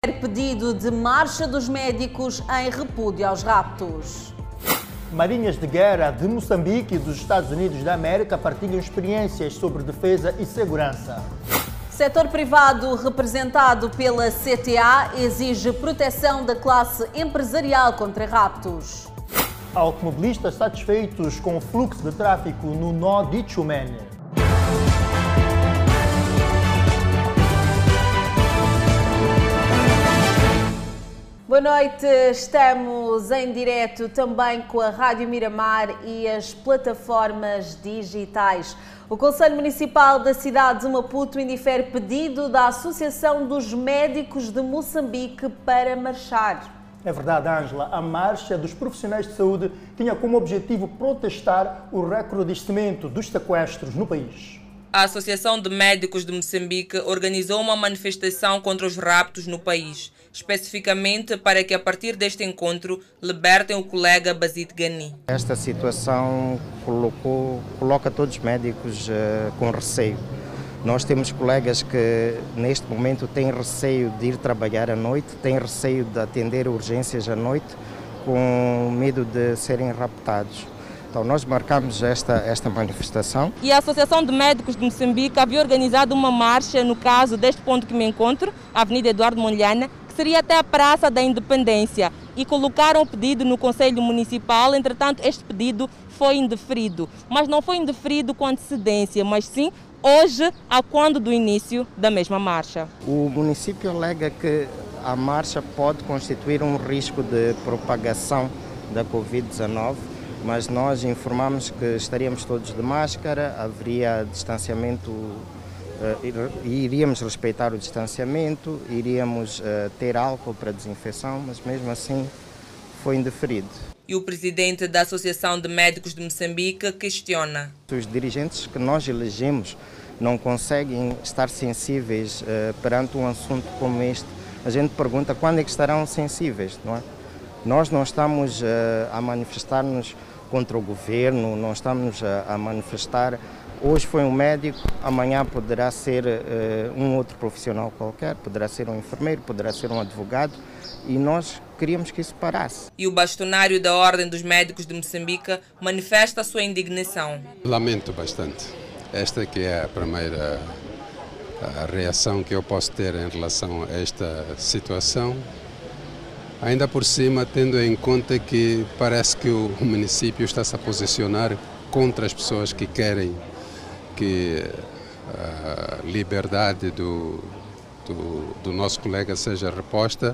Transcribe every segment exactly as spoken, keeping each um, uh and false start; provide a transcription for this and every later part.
Pedido de marcha dos médicos em repúdio aos raptos. Marinhas de guerra de Moçambique e dos Estados Unidos da América partilham experiências sobre defesa e segurança. Setor privado representado pela C T A exige proteção da classe empresarial contra raptos. Automobilistas satisfeitos com o fluxo de tráfego no nó de Tchumene. Boa noite, estamos em direto também com a Rádio Miramar e as plataformas digitais. O Conselho Municipal da cidade de Maputo indifere pedido da Associação dos Médicos de Moçambique para marchar. É verdade, Ângela, a marcha dos profissionais de saúde tinha como objetivo protestar o recrudescimento dos sequestros no país. A Associação de Médicos de Moçambique organizou uma manifestação contra os raptos no país, especificamente para que a partir deste encontro libertem o colega Basit Gani. Esta situação colocou, coloca todos os médicos uh, com receio. Nós temos colegas que neste momento têm receio de ir trabalhar à noite, têm receio de atender urgências à noite, com medo de serem raptados. Então nós marcamos esta, esta manifestação. E a Associação de Médicos de Moçambique havia organizado uma marcha, no caso deste ponto que me encontro, a Avenida Eduardo Mondlane, que seria até a Praça da Independência, e colocaram o pedido no Conselho Municipal. Entretanto, este pedido foi indeferido, mas não foi indeferido com antecedência, mas sim hoje, a quando do início da mesma marcha. O município alega que a marcha pode constituir um risco de propagação da Covid dezenove, mas nós informamos que estaríamos todos de máscara, haveria distanciamento, uh, iríamos respeitar o distanciamento, iríamos uh, ter álcool para desinfecção, mas mesmo assim foi indeferido. E o presidente da Associação de Médicos de Moçambique questiona. Os dirigentes que nós elegemos não conseguem estar sensíveis uh, perante um assunto como este. A gente pergunta quando é que estarão sensíveis, não é? Nós não estamos uh, a manifestar-nos contra o governo, não estamos a, a manifestar. Hoje foi um médico, amanhã poderá ser uh, um outro profissional qualquer, poderá ser um enfermeiro, poderá ser um advogado, e nós queríamos que isso parasse. E o bastonário da Ordem dos Médicos de Moçambique manifesta a sua indignação. Lamento bastante. Esta que é a primeira a reação que eu posso ter em relação a esta situação. Ainda por cima, tendo em conta que parece que o município está-se a posicionar contra as pessoas que querem que a liberdade do, do, do nosso colega seja reposta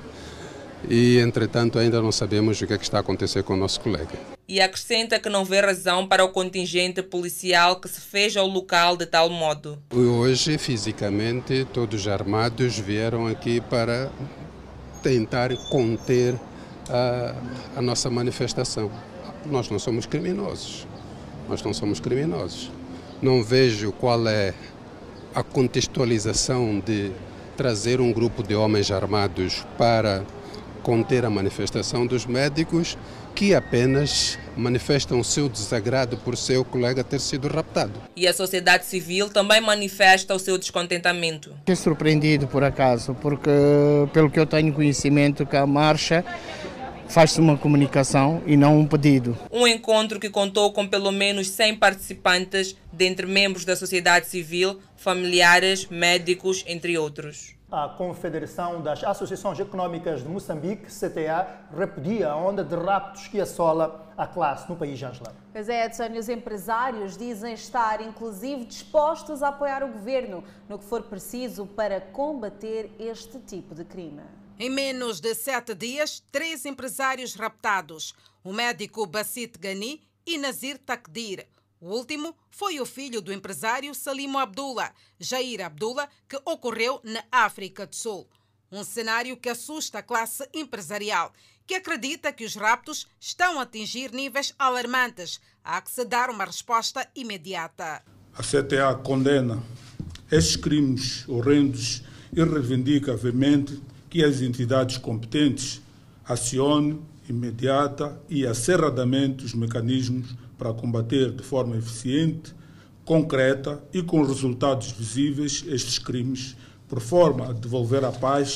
e, entretanto, ainda não sabemos o que é que está a acontecer com o nosso colega. E acrescenta que não vê razão para o contingente policial que se fez ao local de tal modo. Hoje, fisicamente, todos armados vieram aqui para tentar conter a, a nossa manifestação. Nós não somos criminosos. Nós não somos criminosos. Não vejo qual é a contextualização de trazer um grupo de homens armados para conter a manifestação dos médicos que apenas manifestam o seu desagrado por seu colega ter sido raptado. E a sociedade civil também manifesta o seu descontentamento. Fiquei surpreendido por acaso, porque pelo que eu tenho conhecimento que a marcha faz-se uma comunicação e não um pedido. Um encontro que contou com pelo menos cem participantes, dentre membros da sociedade civil, familiares, médicos, entre outros. A Confederação das Associações Económicas de Moçambique, C T A, repudia a onda de raptos que assola a classe no país, Ângela. Pois é, Edson, os empresários dizem estar, inclusive, dispostos a apoiar o governo no que for preciso para combater este tipo de crime. Em menos de sete dias, três empresários raptados, o médico Basit Gani e Nazir Takdir. O último foi o filho do empresário Salimo Abdullah, Jair Abdullah, que ocorreu na África do Sul. Um cenário que assusta a classe empresarial, que acredita que os raptos estão a atingir níveis alarmantes. Há que se dar uma resposta imediata. A C T A condena estes crimes horrendos e reivindica veemente que as entidades competentes acionem imediata e acerradamente os mecanismos para combater de forma eficiente, concreta e com resultados visíveis estes crimes, por forma a devolver a paz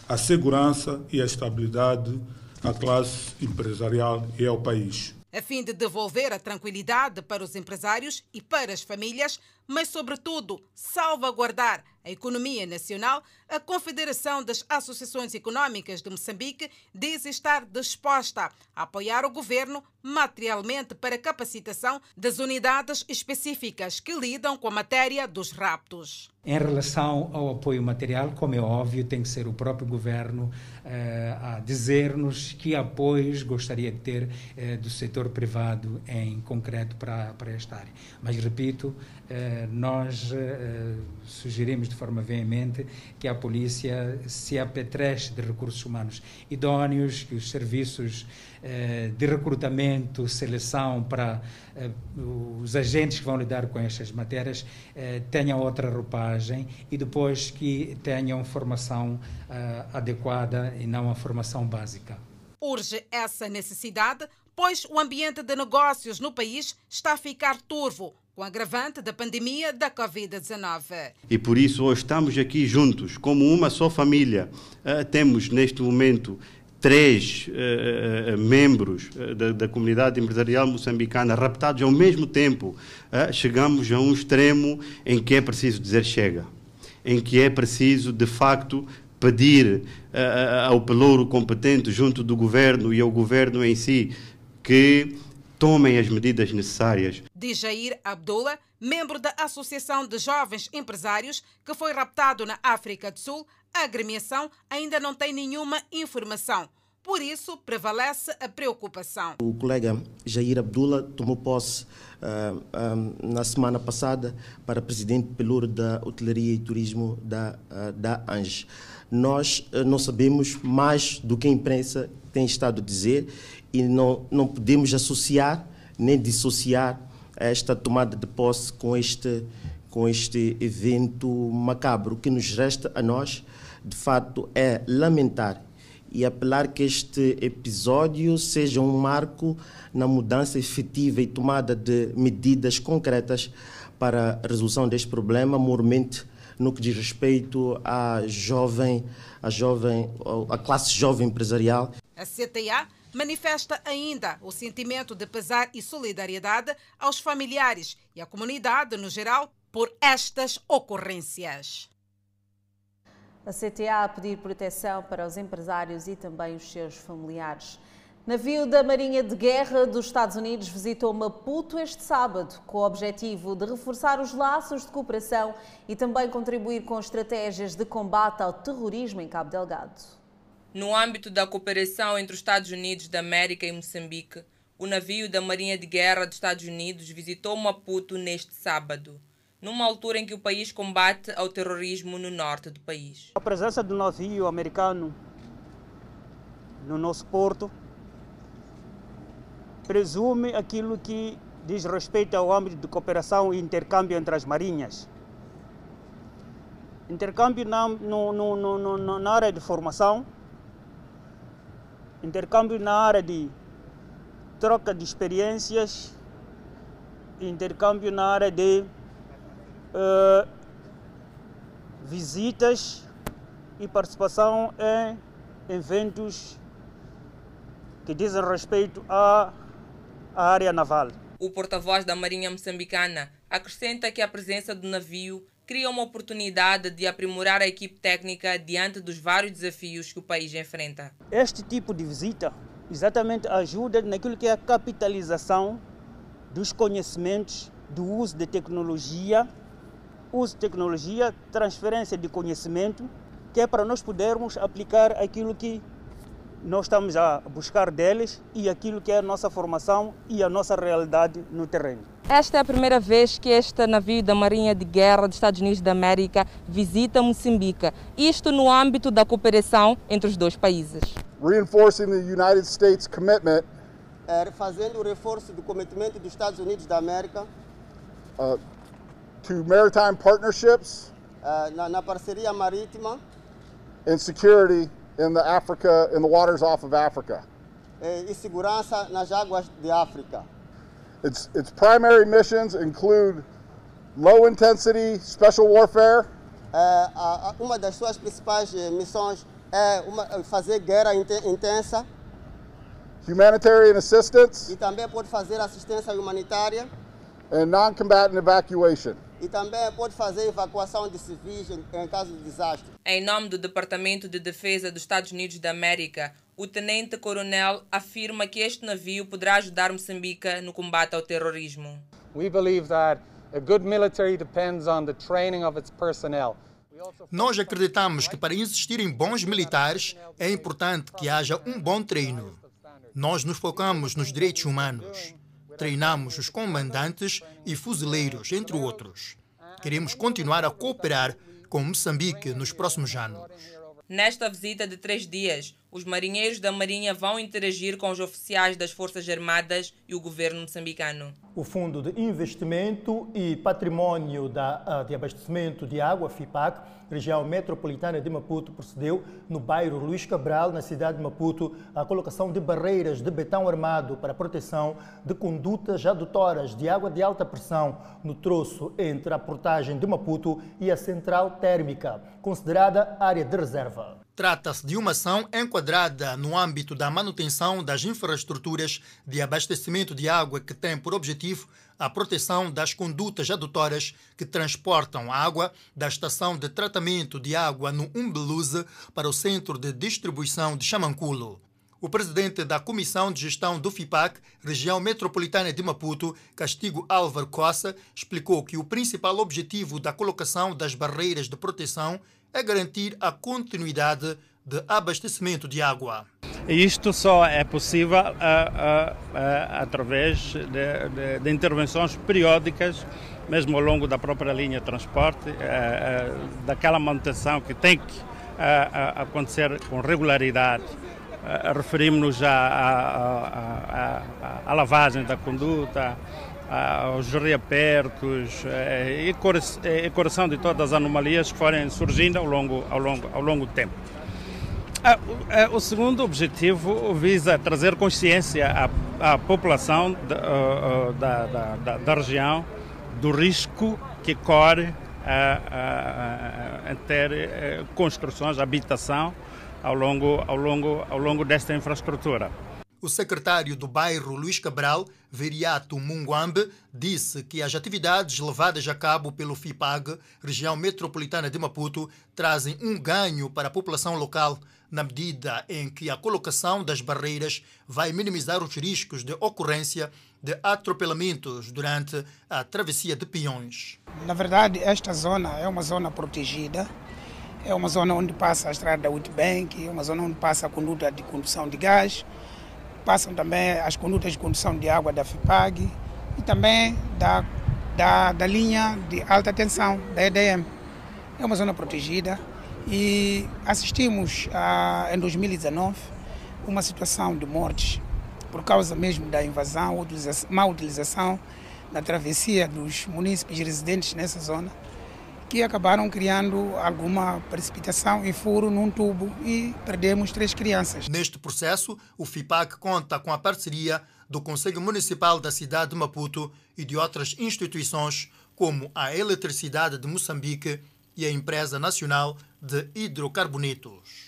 a segurança e a estabilidade à classe empresarial e ao país. A fim de devolver a tranquilidade para os empresários e para as famílias, mas, sobretudo, salvaguardar a economia nacional, a Confederação das Associações Econômicas de Moçambique diz estar disposta a apoiar o governo materialmente para a capacitação das unidades específicas que lidam com a matéria dos raptos. Em relação ao apoio material, como é óbvio, tem que ser o próprio governo eh, a dizer-nos que apoios gostaria de ter eh, do setor privado em concreto para, para esta área. Mas, repito, eh, nós eh, sugerimos de forma veemente que a polícia se apetreche de recursos humanos idôneos, que os serviços eh, de recrutamento, seleção para eh, os agentes que vão lidar com estas matérias eh, tenham outra roupagem e depois que tenham formação eh, adequada e não a formação básica. Urge essa necessidade, pois o ambiente de negócios no país está a ficar turvo, com o agravante da pandemia da covid dezenove. E por isso hoje estamos aqui juntos, como uma só família. Uh, temos neste momento três uh, membros da, da comunidade empresarial moçambicana raptados ao mesmo tempo. Uh, chegamos a um extremo em que é preciso dizer chega, em que é preciso, de facto, pedir uh, ao pelouro competente junto do governo e ao governo em si que tomem as medidas necessárias. Diz Jair Abdullah, membro da Associação de Jovens Empresários, que foi raptado na África do Sul, a agremiação ainda não tem nenhuma informação. Por isso, prevalece a preocupação. O colega Jair Abdullah tomou posse uh, um, na semana passada para presidente pelouro da Hotelaria e Turismo da, uh, da ANGE. Nós uh, não sabemos mais do que a imprensa tem estado a dizer e não, não podemos associar nem dissociar esta tomada de posse com este, com este evento macabro. O que nos resta a nós, de fato, é lamentar e apelar que este episódio seja um marco na mudança efetiva e tomada de medidas concretas para a resolução deste problema, mormente no que diz respeito à jovem, à jovem, à classe jovem empresarial. A C T A manifesta ainda o sentimento de pesar e solidariedade aos familiares e à comunidade no geral por estas ocorrências. A C T A a pedir proteção para os empresários e também os seus familiares. Navio da Marinha de Guerra dos Estados Unidos visitou Maputo este sábado, com o objetivo de reforçar os laços de cooperação e também contribuir com estratégias de combate ao terrorismo em Cabo Delgado. No âmbito da cooperação entre os Estados Unidos da América e Moçambique, o navio da Marinha de Guerra dos Estados Unidos visitou Maputo neste sábado, numa altura em que o país combate ao terrorismo no norte do país. A presença do navio americano no nosso porto presume aquilo que diz respeito ao âmbito de cooperação e intercâmbio entre as marinhas. Intercâmbio na, no, no, no, no, na área de formação, intercâmbio na área de troca de experiências, intercâmbio na área de uh, visitas e participação em eventos que dizem respeito à, à área naval. O porta-voz da Marinha Moçambicana acrescenta que a presença do navio cria uma oportunidade de aprimorar a equipe técnica diante dos vários desafios que o país enfrenta. Este tipo de visita exatamente ajuda naquilo que é a capitalização dos conhecimentos, do uso de tecnologia, uso de tecnologia, transferência de conhecimento, que é para nós podermos aplicar aquilo que nós estamos a buscar deles e aquilo que é a nossa formação e a nossa realidade no terreno. Esta é a primeira vez que este navio da Marinha de Guerra dos Estados Unidos da América visita Moçambique, isto no âmbito da cooperação entre os dois países. Reinforcing the United States commitment, é, fazendo o reforço do cometimento dos Estados Unidos da América uh, to maritime partnerships, é, na, na parceria marítima and security in the Africa, in the waters off of Africa. É, e segurança nas águas de África. Its, its primary missions include low-intensity special warfare. É, a, a, uma das suas principais missões é uma, fazer guerra intensa. Humanitarian assistance. E também pode fazer assistência humanitária. And non-combatant evacuation. E também pode fazer evacuação de civis em, em caso de desastre. Em nome do Departamento de Defesa dos Estados Unidos da América, o tenente-coronel afirma que este navio poderá ajudar Moçambique no combate ao terrorismo. We believe that a good military depends on the training of its personnel. Nós acreditamos que para existirem bons militares é importante que haja um bom treino. Nós nos focamos nos direitos humanos. Treinamos os comandantes e fuzileiros, entre outros. Queremos continuar a cooperar com Moçambique nos próximos anos. Nesta visita de três dias, os marinheiros da Marinha vão interagir com os oficiais das Forças Armadas e o governo moçambicano. O Fundo de Investimento e Património da, de Abastecimento de Água, FIPAC, região metropolitana de Maputo, procedeu no bairro Luís Cabral, na cidade de Maputo, a colocação de barreiras de betão armado para a proteção de condutas adutoras de água de alta pressão no troço entre a portagem de Maputo e a central térmica, considerada área de reserva. Trata-se de uma ação enquadrada no âmbito da manutenção das infraestruturas de abastecimento de água que tem por objetivo a proteção das condutas adutoras que transportam água da estação de tratamento de água no Umbeluze para o centro de distribuição de Xamanculo. O presidente da Comissão de Gestão do FIPAC, região metropolitana de Maputo, Castigo Álvaro Coça, explicou que o principal objetivo da colocação das barreiras de proteção é garantir a continuidade de abastecimento de água. Isto só é possível uh, uh, uh, através de, de, de intervenções periódicas, mesmo ao longo da própria linha de transporte, uh, uh, daquela manutenção que tem que uh, uh, acontecer com regularidade. Uh, referimos-nos à, à, à, à lavagem da conduta, aos reapertos e correção de todas as anomalias que forem surgindo ao longo, ao longo, ao longo do tempo. O segundo objetivo visa trazer consciência à, à população da, da, da, da região do risco que corre a, a, a ter construções, habitação ao longo, ao longo, ao longo desta infraestrutura. O secretário do bairro Luís Cabral, Veriato Munguambe, disse que as atividades levadas a cabo pelo FIPAG, região metropolitana de Maputo, trazem um ganho para a população local, na medida em que a colocação das barreiras vai minimizar os riscos de ocorrência de atropelamentos durante a travessia de peões. Na verdade, esta zona é uma zona protegida, é uma zona onde passa a estrada da Witbank, é uma zona onde passa a conduta de condução de gás, passam também as condutas de condução de água da FIPAG e também da, da, da linha de alta tensão, da E D M. É uma zona protegida e assistimos a, em dois mil e dezenove uma situação de mortes por causa mesmo da invasão ou má utilização da travessia dos munícipes residentes nessa zona, que acabaram criando alguma precipitação e furo num tubo e perdemos três crianças. Neste processo, o FIPAG conta com a parceria do Conselho Municipal da cidade de Maputo e de outras instituições, como a Eletricidade de Moçambique e a Empresa Nacional de Hidrocarbonetos.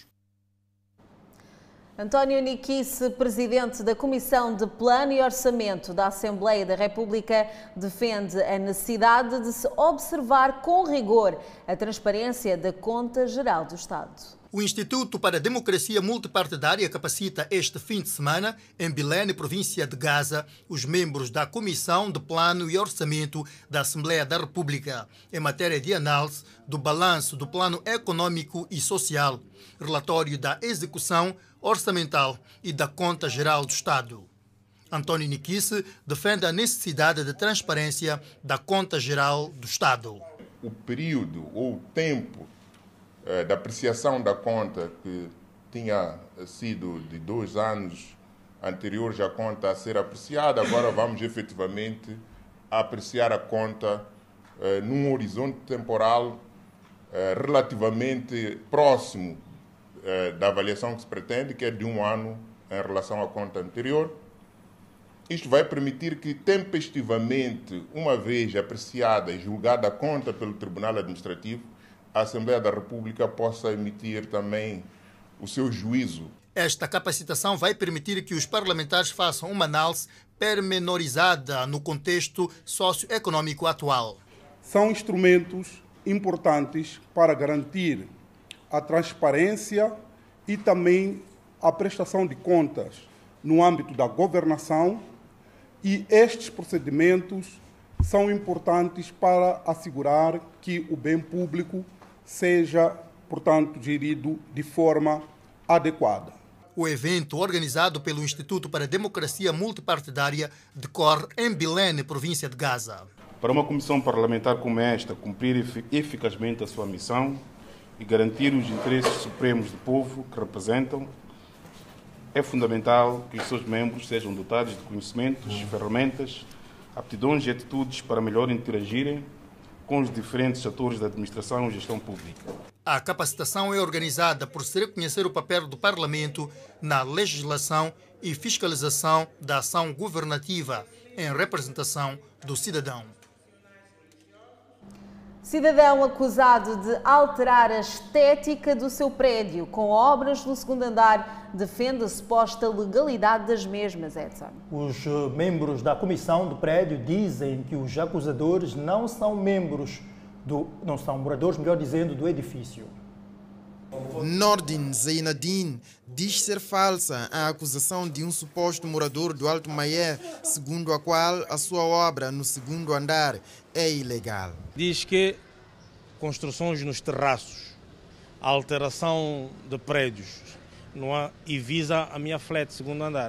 António Niquice, presidente da Comissão de Plano e Orçamento da Assembleia da República, defende a necessidade de se observar com rigor a transparência da Conta Geral do Estado. O Instituto para a Democracia Multipartidária capacita este fim de semana, em Bilene, província de Gaza, os membros da Comissão de Plano e Orçamento da Assembleia da República, em matéria de análise do balanço do Plano Econômico e Social, relatório da execução orçamental e da Conta Geral do Estado. António Niquice defende a necessidade de transparência da Conta Geral do Estado. O período ou o tempo eh, da apreciação da conta, que tinha sido de dois anos anteriores à conta a ser apreciada, agora vamos efetivamente apreciar a conta eh, num horizonte temporal eh, relativamente próximo da avaliação que se pretende, que é de um ano em relação à conta anterior. Isto vai permitir que, tempestivamente, uma vez apreciada e julgada a conta pelo Tribunal Administrativo, a Assembleia da República possa emitir também o seu juízo. Esta capacitação vai permitir que os parlamentares façam uma análise pormenorizada no contexto socioeconômico atual. São instrumentos importantes para garantir a transparência e também a prestação de contas no âmbito da governação, e estes procedimentos são importantes para assegurar que o bem público seja, portanto, gerido de forma adequada. O evento, organizado pelo Instituto para a Democracia Multipartidária, decorre em Belém, província de Gaza. Para uma comissão parlamentar como esta cumprir eficazmente a sua missão e garantir os interesses supremos do povo que representam, é fundamental que os seus membros sejam dotados de conhecimentos, ferramentas, aptidões e atitudes para melhor interagirem com os diferentes atores da administração e gestão pública. A capacitação é organizada por se reconhecer o papel do Parlamento na legislação e fiscalização da ação governativa em representação do cidadão. Cidadão acusado de alterar a estética do seu prédio com obras no segundo andar defende a suposta legalidade das mesmas, Edson. Os membros da comissão do prédio dizem que os acusadores não são membros do, não são moradores, melhor dizendo, do edifício. Nordin Zeinadin diz ser falsa a acusação de um suposto morador do Alto Maié, segundo a qual a sua obra no segundo andar é ilegal. Diz que construções nos terraços, alteração de prédios, não há, e visa a minha flat segundo andar.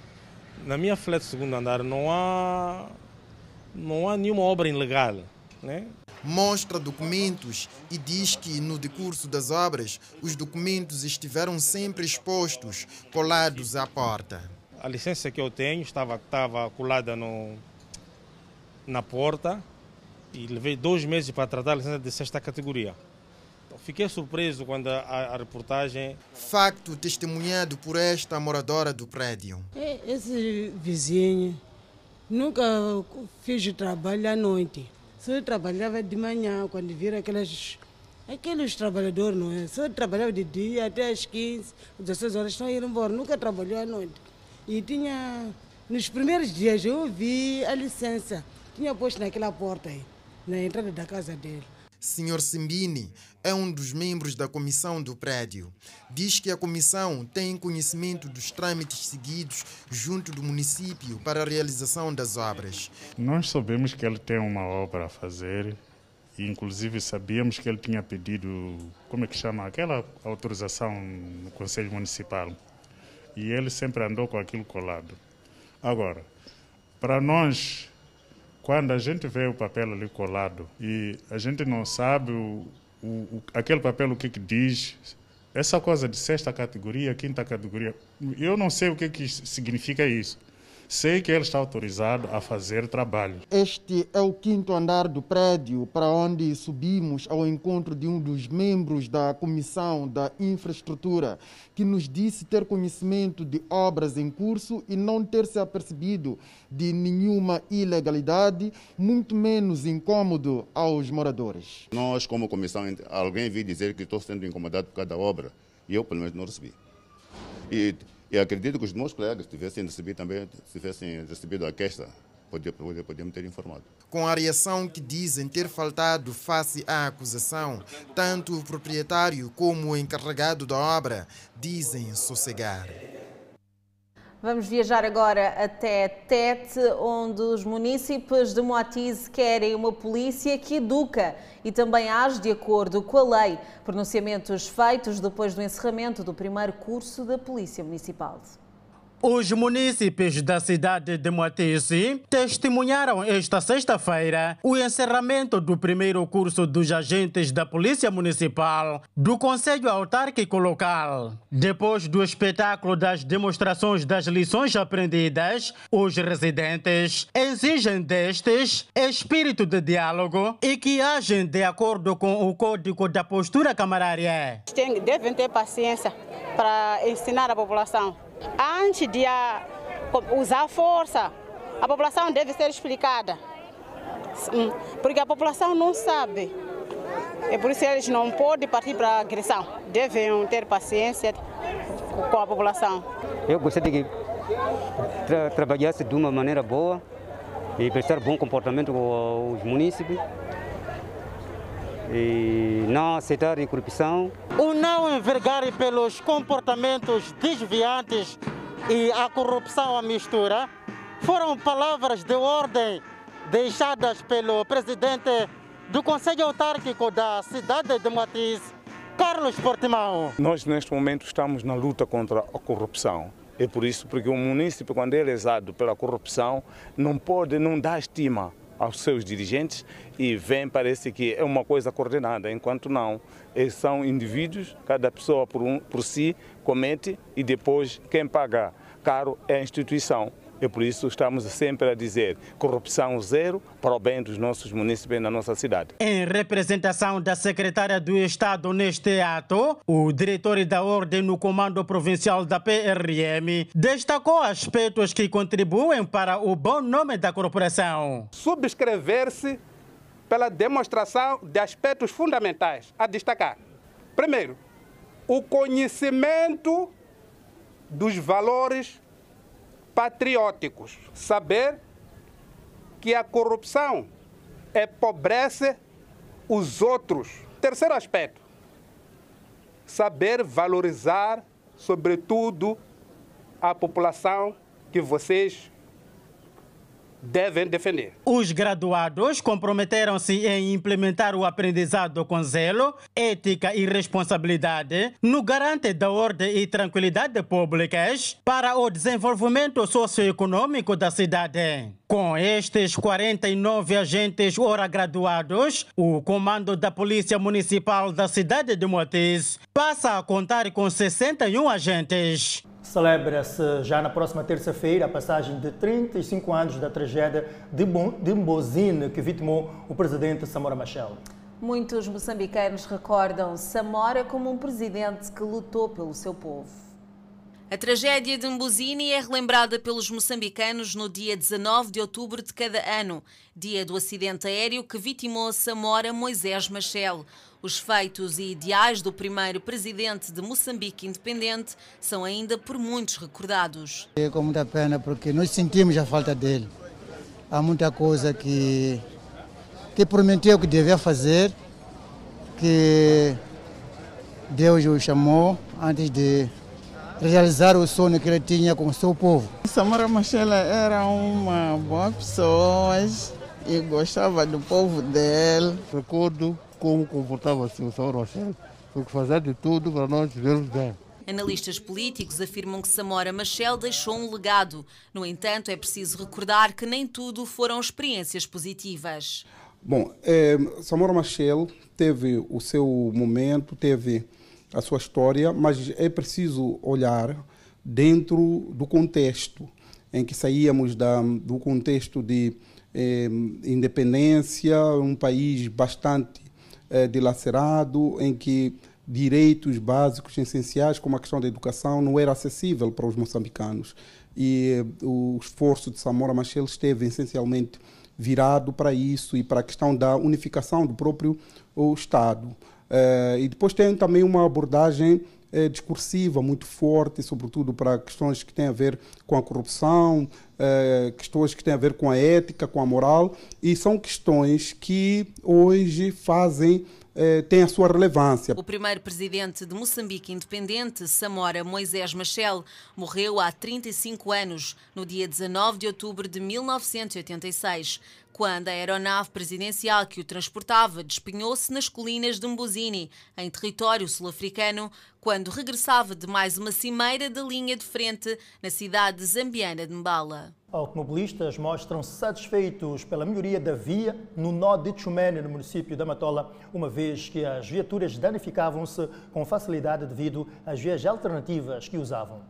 Na minha flat segundo andar não há, não há nenhuma obra ilegal, né? Mostra documentos e diz que no decurso das obras os documentos estiveram sempre expostos, colados à porta. A licença que eu tenho estava, estava colada no, na porta e levei dois meses para tratar a licença de sexta categoria. Então, fiquei surpreso quando a, a reportagem... Facto testemunhado por esta moradora do prédio. Esse vizinho nunca fez trabalho à noite. Só trabalhava de manhã, quando viram aquelas, aqueles trabalhadores, não é? Só trabalhava de dia até às quinze, dezesseis horas, estão indo embora, nunca trabalhou à noite. E tinha, nos primeiros dias eu vi a licença, tinha posto naquela porta aí, na entrada da casa dele. senhor Simbini é um dos membros da comissão do prédio. Diz que a comissão tem conhecimento dos trâmites seguidos junto do município para a realização das obras. Nós sabemos que ele tem uma obra a fazer e inclusive sabíamos que ele tinha pedido, como é que chama, aquela autorização no Conselho Municipal. E ele sempre andou com aquilo colado. Agora, para nós, quando a gente vê o papel ali colado e a gente não sabe o, o, aquele papel o que, que diz, essa coisa de sexta categoria, quinta categoria, eu não sei o que, que significa isso. Sei que ele está autorizado a fazer trabalho. Este é o quinto andar do prédio para onde subimos ao encontro de um dos membros da Comissão da Infraestrutura, que nos disse ter conhecimento de obras em curso e não ter se apercebido de nenhuma ilegalidade, muito menos incômodo aos moradores. Nós, como comissão, alguém veio dizer que estou sendo incomodado por causa da obra e eu, pelo menos, não recebi. E E acredito que os meus colegas tivessem recebido também, tivessem recebido a queixa, podíamos podia ter informado. Com a reação que dizem ter faltado face à acusação, tanto o proprietário como o encarregado da obra dizem sossegar. Vamos viajar agora até Tete, onde os munícipes de Moatize querem uma polícia que educa e também age de acordo com a lei. Pronunciamentos feitos depois do encerramento do primeiro curso da Polícia Municipal. Os munícipes da cidade de Moatize testemunharam esta sexta-feira o encerramento do primeiro curso dos agentes da Polícia Municipal do Conselho Autárquico Local. Depois do espetáculo das demonstrações das lições aprendidas, os residentes exigem destes espírito de diálogo e que agem de acordo com o Código da Postura Camarária. Devem ter paciência para ensinar a população. Antes de usar força, a população deve ser explicada, porque a população não sabe. É por isso que eles não podem partir para a agressão. Devem ter paciência com a população. Eu gostaria que tra trabalhasse de uma maneira boa e prestar bom comportamento com os munícipes e não aceitar a corrupção. O não envergar pelos comportamentos desviantes e a corrupção à mistura foram palavras de ordem deixadas pelo presidente do Conselho Autárquico da cidade de Moatize, Carlos Portimão. Nós, neste momento, estamos na luta contra a corrupção. É por isso porque o município, quando é lesado pela corrupção, não pode, não dar estima aos seus dirigentes e vem, parece que é uma coisa coordenada, enquanto não. Eles são indivíduos, cada pessoa por, um, por si comete e depois quem paga caro é a instituição. É por isso que estamos sempre a dizer corrupção zero para o bem dos nossos munícipes na nossa cidade. Em representação da secretária do Estado neste ato, o diretor da Ordem no Comando Provincial da P R M destacou aspectos que contribuem para o bom nome da corporação. Subscrever-se pela demonstração de aspectos fundamentais a destacar. Primeiro, o conhecimento dos valores patrióticos. Saber que a corrupção empobrece os outros. Terceiro aspecto, saber valorizar, sobretudo, a população que vocês devem defender. Os graduados comprometeram-se em implementar o aprendizado com zelo, ética e responsabilidade no garante da ordem e tranquilidade públicas para o desenvolvimento socioeconômico da cidade. Com estes quarenta e nove agentes ora graduados, o comando da Polícia Municipal da cidade de Moatize passa a contar com sessenta e um agentes. Celebra-se já na próxima terça-feira a passagem de trinta e cinco anos da tragédia de Mbozine que vitimou o presidente Samora Machel. Muitos moçambicanos recordam Samora como um presidente que lutou pelo seu povo. A tragédia de Mbozine é relembrada pelos moçambicanos no dia dezanove de outubro de cada ano, dia do acidente aéreo que vitimou Samora Moisés Machel. Os feitos e ideais do primeiro presidente de Moçambique independente são ainda por muitos recordados. É com muita pena porque nós sentimos a falta dele. Há muita coisa que, que prometeu que devia fazer, que Deus o chamou antes de realizar o sonho que ele tinha com o seu povo. Samora Machel era uma boa pessoa e gostava do povo dele. Recordo como comportava-se o Samora Machel, porque fazia de tudo para nós vivermos bem. Analistas políticos afirmam que Samora Machel deixou um legado. No entanto, é preciso recordar que nem tudo foram experiências positivas. Bom, é, Samora Machel teve o seu momento, teve a sua história, mas é preciso olhar dentro do contexto em que saíamos da, do contexto de eh, independência, um país bastante eh, dilacerado, em que direitos básicos essenciais, como a questão da educação, não era acessível para os moçambicanos. E eh, o esforço de Samora Machel esteve essencialmente virado para isso e para a questão da unificação do próprio o Estado. Uh, e depois tem também uma abordagem uh, discursiva muito forte, sobretudo para questões que têm a ver com a corrupção, uh, questões que têm a ver com a ética, com a moral, e são questões que hoje fazem, uh, têm a sua relevância. O primeiro presidente de Moçambique independente, Samora Moisés Machel, morreu há trinta e cinco anos, no dia dezanove de outubro de mil novecentos e oitenta e seis. Quando a aeronave presidencial que o transportava despenhou-se nas colinas de Mbozine, em território sul-africano, quando regressava de mais uma cimeira da linha de frente na cidade zambiana de Mbala. Automobilistas mostram-se satisfeitos pela melhoria da via no nó de Tchumene, no município da Matola, uma vez que as viaturas danificavam-se com facilidade devido às vias alternativas que usavam.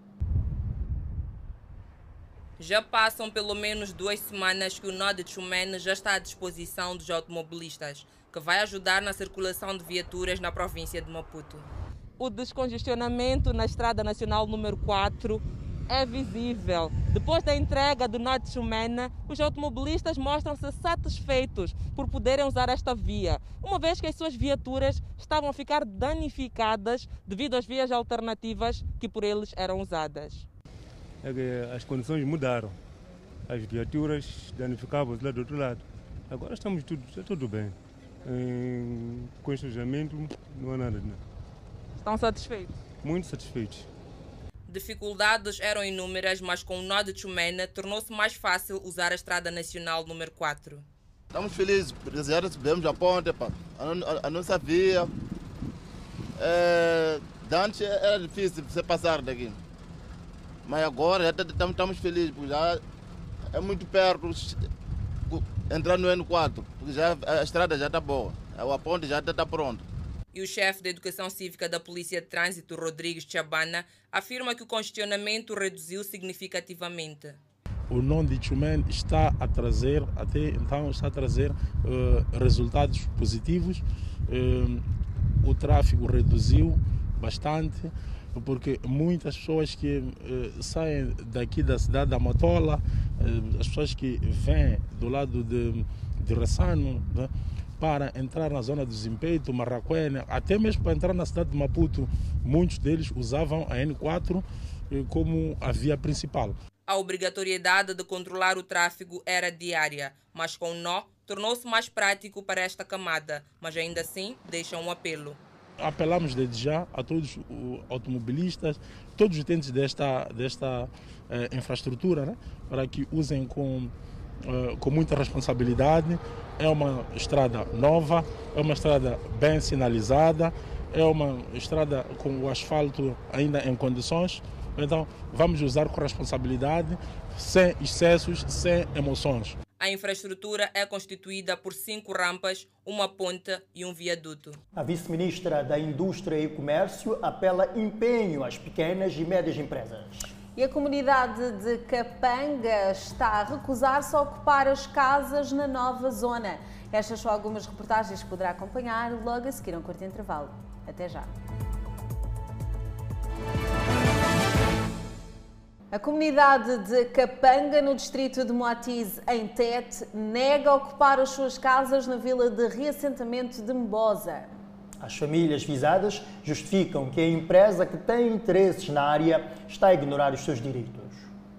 Já passam pelo menos duas semanas que o nó de Tchumene já está à disposição dos automobilistas, que vai ajudar na circulação de viaturas na província de Maputo. O descongestionamento na Estrada Nacional número quatro é visível. Depois da entrega do Norte Chumena, os automobilistas mostram-se satisfeitos por poderem usar esta via, uma vez que as suas viaturas estavam a ficar danificadas devido às vias alternativas que por eles eram usadas. É que as condições mudaram. As viaturas danificavam lá do outro lado. Agora estamos tudo, está tudo bem. Em, com estrujamento não há nada. Não. Estão satisfeitos? Muito satisfeitos. Dificuldades eram inúmeras, mas com o nó de Chumena tornou-se mais fácil usar a Estrada Nacional número quatro. Estamos felizes, porque já recebemos a ponte, pá. A, a, a nossa via. É, antes era difícil você passar daqui. Mas agora já estamos felizes, porque já é muito perto entrar no N quatro, porque já, a estrada já está boa, a ponte já está pronta. E o chefe da Educação Cívica da Polícia de Trânsito, Rodrigues Chabana, afirma que o congestionamento reduziu significativamente. O nó de Chumena está a trazer, até então, está a trazer uh, resultados positivos. Uh, o tráfego reduziu bastante, porque muitas pessoas que uh, saem daqui da cidade da Matola, uh, as pessoas que vêm do lado de, de Ressano, né, para entrar na zona do Zimpeito, Marraquene, até mesmo para entrar na cidade de Maputo, muitos deles usavam a N quatro uh, como a via principal. A obrigatoriedade de controlar o tráfego era diária, mas com o nó tornou-se mais prático para esta camada, mas ainda assim deixa um apelo. Apelamos desde já a todos os automobilistas, todos os utentes desta, desta eh, infraestrutura, né, para que usem com, eh, com muita responsabilidade. É uma estrada nova, é uma estrada bem sinalizada, é uma estrada com o asfalto ainda em condições. Então, vamos usar com responsabilidade, sem excessos, sem emoções. A infraestrutura é constituída por cinco rampas, uma ponte e um viaduto. A vice-ministra da Indústria e Comércio apela empenho às pequenas e médias empresas. E a comunidade de Capanga está a recusar-se a ocupar as casas na nova zona. Estas são algumas reportagens que poderá acompanhar logo a seguir a um curto intervalo. Até já. A comunidade de Capanga, no distrito de Moatize, em Tete, nega ocupar as suas casas na vila de reassentamento de Mbosa. As famílias visadas justificam que a empresa que tem interesses na área está a ignorar os seus direitos.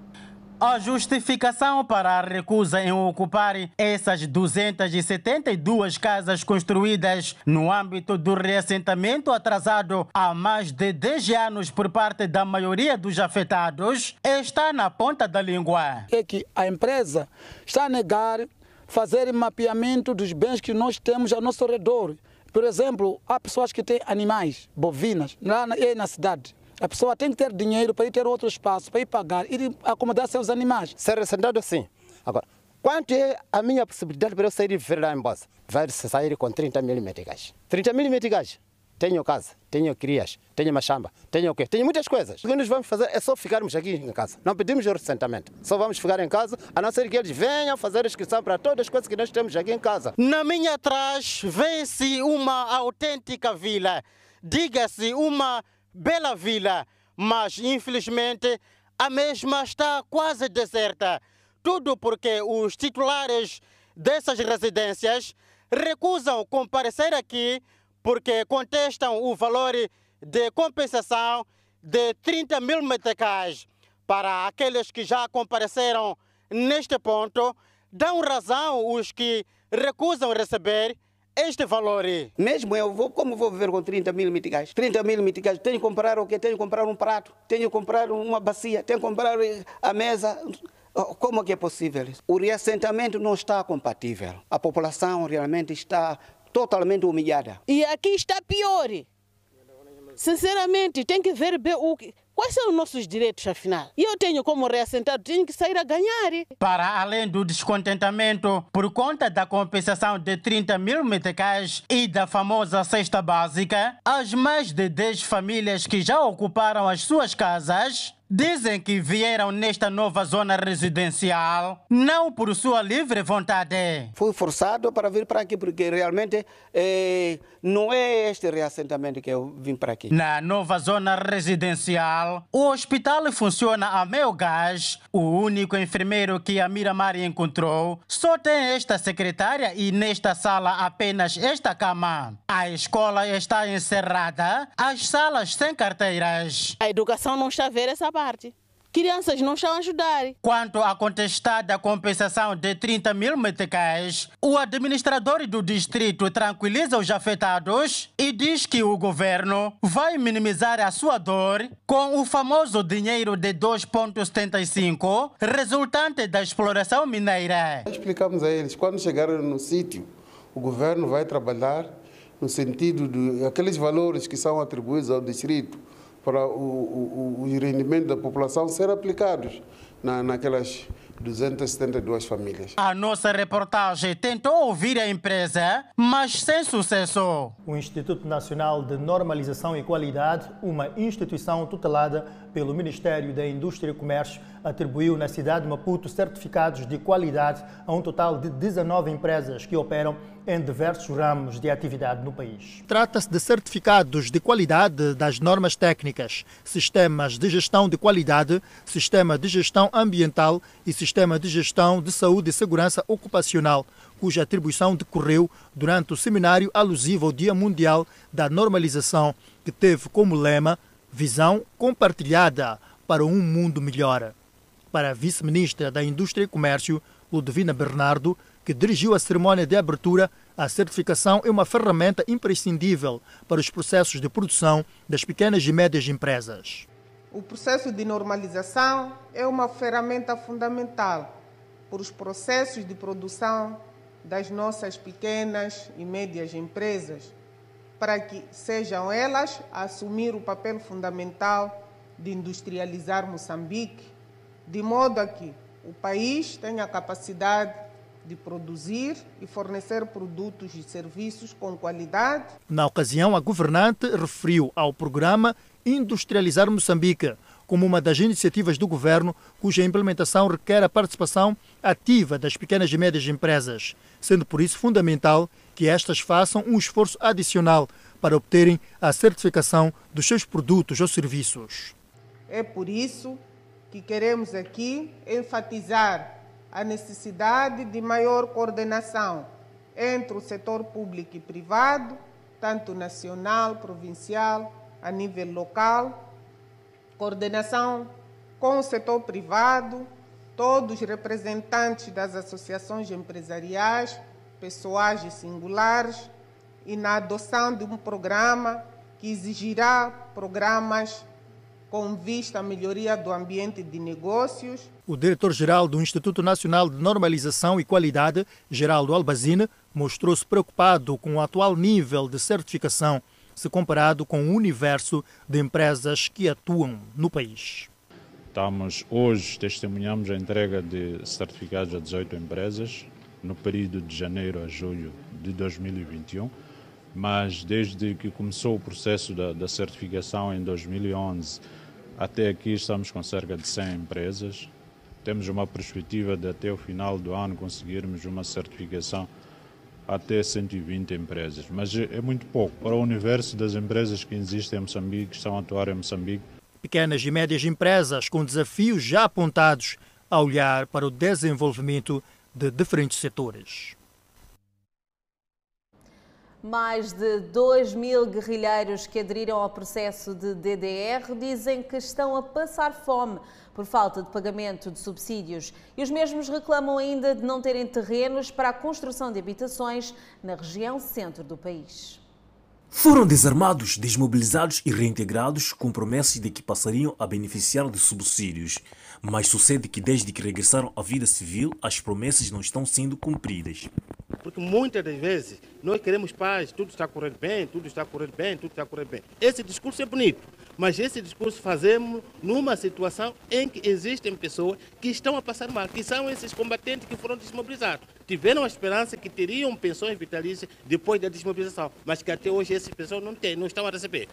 A justificação para a recusa em ocupar essas duzentas e setenta e duas casas construídas no âmbito do reassentamento atrasado há mais de dez anos por parte da maioria dos afetados está na ponta da língua. É que a empresa está a negar fazer mapeamento dos bens que nós temos ao nosso redor. Por exemplo, há pessoas que têm animais, bovinas, lá na, na cidade. A pessoa tem que ter dinheiro para ir ter outro espaço, para ir pagar, ir acomodar seus animais. Ser assentado sim. Agora, quanto é a minha possibilidade para eu sair e viver lá em Mbosa? Vai sair com trinta mil meticais. trinta mil meticais. Tenho casa, tenho crias, tenho machamba, tenho o quê? Tenho muitas coisas. O que nós vamos fazer é só ficarmos aqui em casa. Não pedimos o ressentamento. Só vamos ficar em casa, a não ser que eles venham fazer a inscrição para todas as coisas que nós temos aqui em casa. Na minha atrás vê-se uma autêntica vila. Diga-se uma bela vila, mas infelizmente a mesma está quase deserta. Tudo porque os titulares dessas residências recusam comparecer aqui porque contestam o valor de compensação de trinta mil meticais. Para aqueles que já compareceram neste ponto, dão razão os que recusam receber este valor. Mesmo eu, vou, como vou viver com trinta mil meticais? trinta mil meticais, tenho que comprar o quê? Tenho que comprar um prato, tenho que comprar uma bacia, tenho que comprar a mesa. Como é que é possível isso? O reassentamento não está compatível. A população realmente está totalmente humilhada. E aqui está pior. Sinceramente, tem que ver bem o que... Quais são os nossos direitos, afinal? E eu tenho como reassentado, tenho que sair a ganhar. Para além do descontentamento por conta da compensação de trinta mil meticais e da famosa cesta básica, as mais de dez famílias que já ocuparam as suas casas dizem que vieram nesta nova zona residencial não por sua livre vontade. Fui forçado para vir para aqui porque realmente eh, não é este reassentamento que eu vim para aqui. Na nova zona residencial, o hospital funciona a meio gás. O único enfermeiro que a Miramar encontrou só tem esta secretária e nesta sala apenas esta cama. A escola está encerrada, as salas sem carteiras. A educação não está a ver essa parte. Crianças não estão a ajudar. Quanto à contestada compensação de trinta mil meticais, o administrador do distrito tranquiliza os afetados e diz que o governo vai minimizar a sua dor com o famoso dinheiro de dois vírgula setenta e cinco, resultante da exploração mineira. Explicamos a eles, quando chegarem no sítio, o governo vai trabalhar no sentido de aqueles valores que são atribuídos ao distrito para o, o, o rendimento da população ser aplicados na, naquelas duzentas e setenta e duas famílias. A nossa reportagem tentou ouvir a empresa, mas sem sucesso. O Instituto Nacional de Normalização e Qualidade, uma instituição tutelada pelo Ministério da Indústria e Comércio, atribuiu na cidade de Maputo certificados de qualidade a um total de dezanove empresas que operam em diversos ramos de atividade no país. Trata-se de certificados de qualidade das normas técnicas, sistemas de gestão de qualidade, sistema de gestão ambiental e sistema de gestão de saúde e segurança ocupacional, cuja atribuição decorreu durante o seminário alusivo ao Dia Mundial da Normalização, que teve como lema Visão Compartilhada para um Mundo Melhor. Para a vice-ministra da Indústria e Comércio, Ludovina Bernardo, que dirigiu a cerimónia de abertura, a certificação é uma ferramenta imprescindível para os processos de produção das pequenas e médias empresas. O processo de normalização é uma ferramenta fundamental para os processos de produção das nossas pequenas e médias empresas, para que sejam elas a assumir o papel fundamental de industrializar Moçambique, de modo a que o país tenha a capacidade de produzir e fornecer produtos e serviços com qualidade. Na ocasião, a governante referiu ao programa Industrializar Moçambique como uma das iniciativas do governo cuja implementação requer a participação ativa das pequenas e médias empresas, sendo por isso fundamental que estas façam um esforço adicional para obterem a certificação dos seus produtos ou serviços. É por isso que queremos aqui enfatizar a necessidade de maior coordenação entre o setor público e privado, tanto nacional, provincial, a nível local, coordenação com o setor privado, todos os representantes das associações empresariais, pessoais e singulares, e na adoção de um programa que exigirá programas com vista à melhoria do ambiente de negócios. O diretor-geral do Instituto Nacional de Normalização e Qualidade, Geraldo Albazine, mostrou-se preocupado com o atual nível de certificação, se comparado com o universo de empresas que atuam no país. Estamos, hoje, testemunhamos a entrega de certificados a dezoito empresas, no período de janeiro a julho de dois mil e vinte e um, mas desde que começou o processo da, da certificação em dois mil e onze, até aqui estamos com cerca de cem empresas. Temos uma perspectiva de até o final do ano conseguirmos uma certificação até cento e vinte empresas, mas é muito pouco para o universo das empresas que existem em Moçambique, que estão a atuar em Moçambique. Pequenas e médias empresas com desafios já apontados a olhar para o desenvolvimento de diferentes setores. Mais de dois mil guerrilheiros que aderiram ao processo de D D R dizem que estão a passar fome por falta de pagamento de subsídios e os mesmos reclamam ainda de não terem terrenos para a construção de habitações na região centro do país. Foram desarmados, desmobilizados e reintegrados com promessas de que passariam a beneficiar de subsídios. Mas sucede que desde que regressaram à vida civil, as promessas não estão sendo cumpridas. Porque muitas das vezes nós queremos paz, tudo está correndo bem, tudo está correndo bem, tudo está correndo bem. Esse discurso é bonito, mas esse discurso fazemos numa situação em que existem pessoas que estão a passar mal, que são esses combatentes que foram desmobilizados. Tiveram a esperança que teriam pensões vitalícias depois da desmobilização, mas que até hoje essas pessoas não têm, não estão a receber.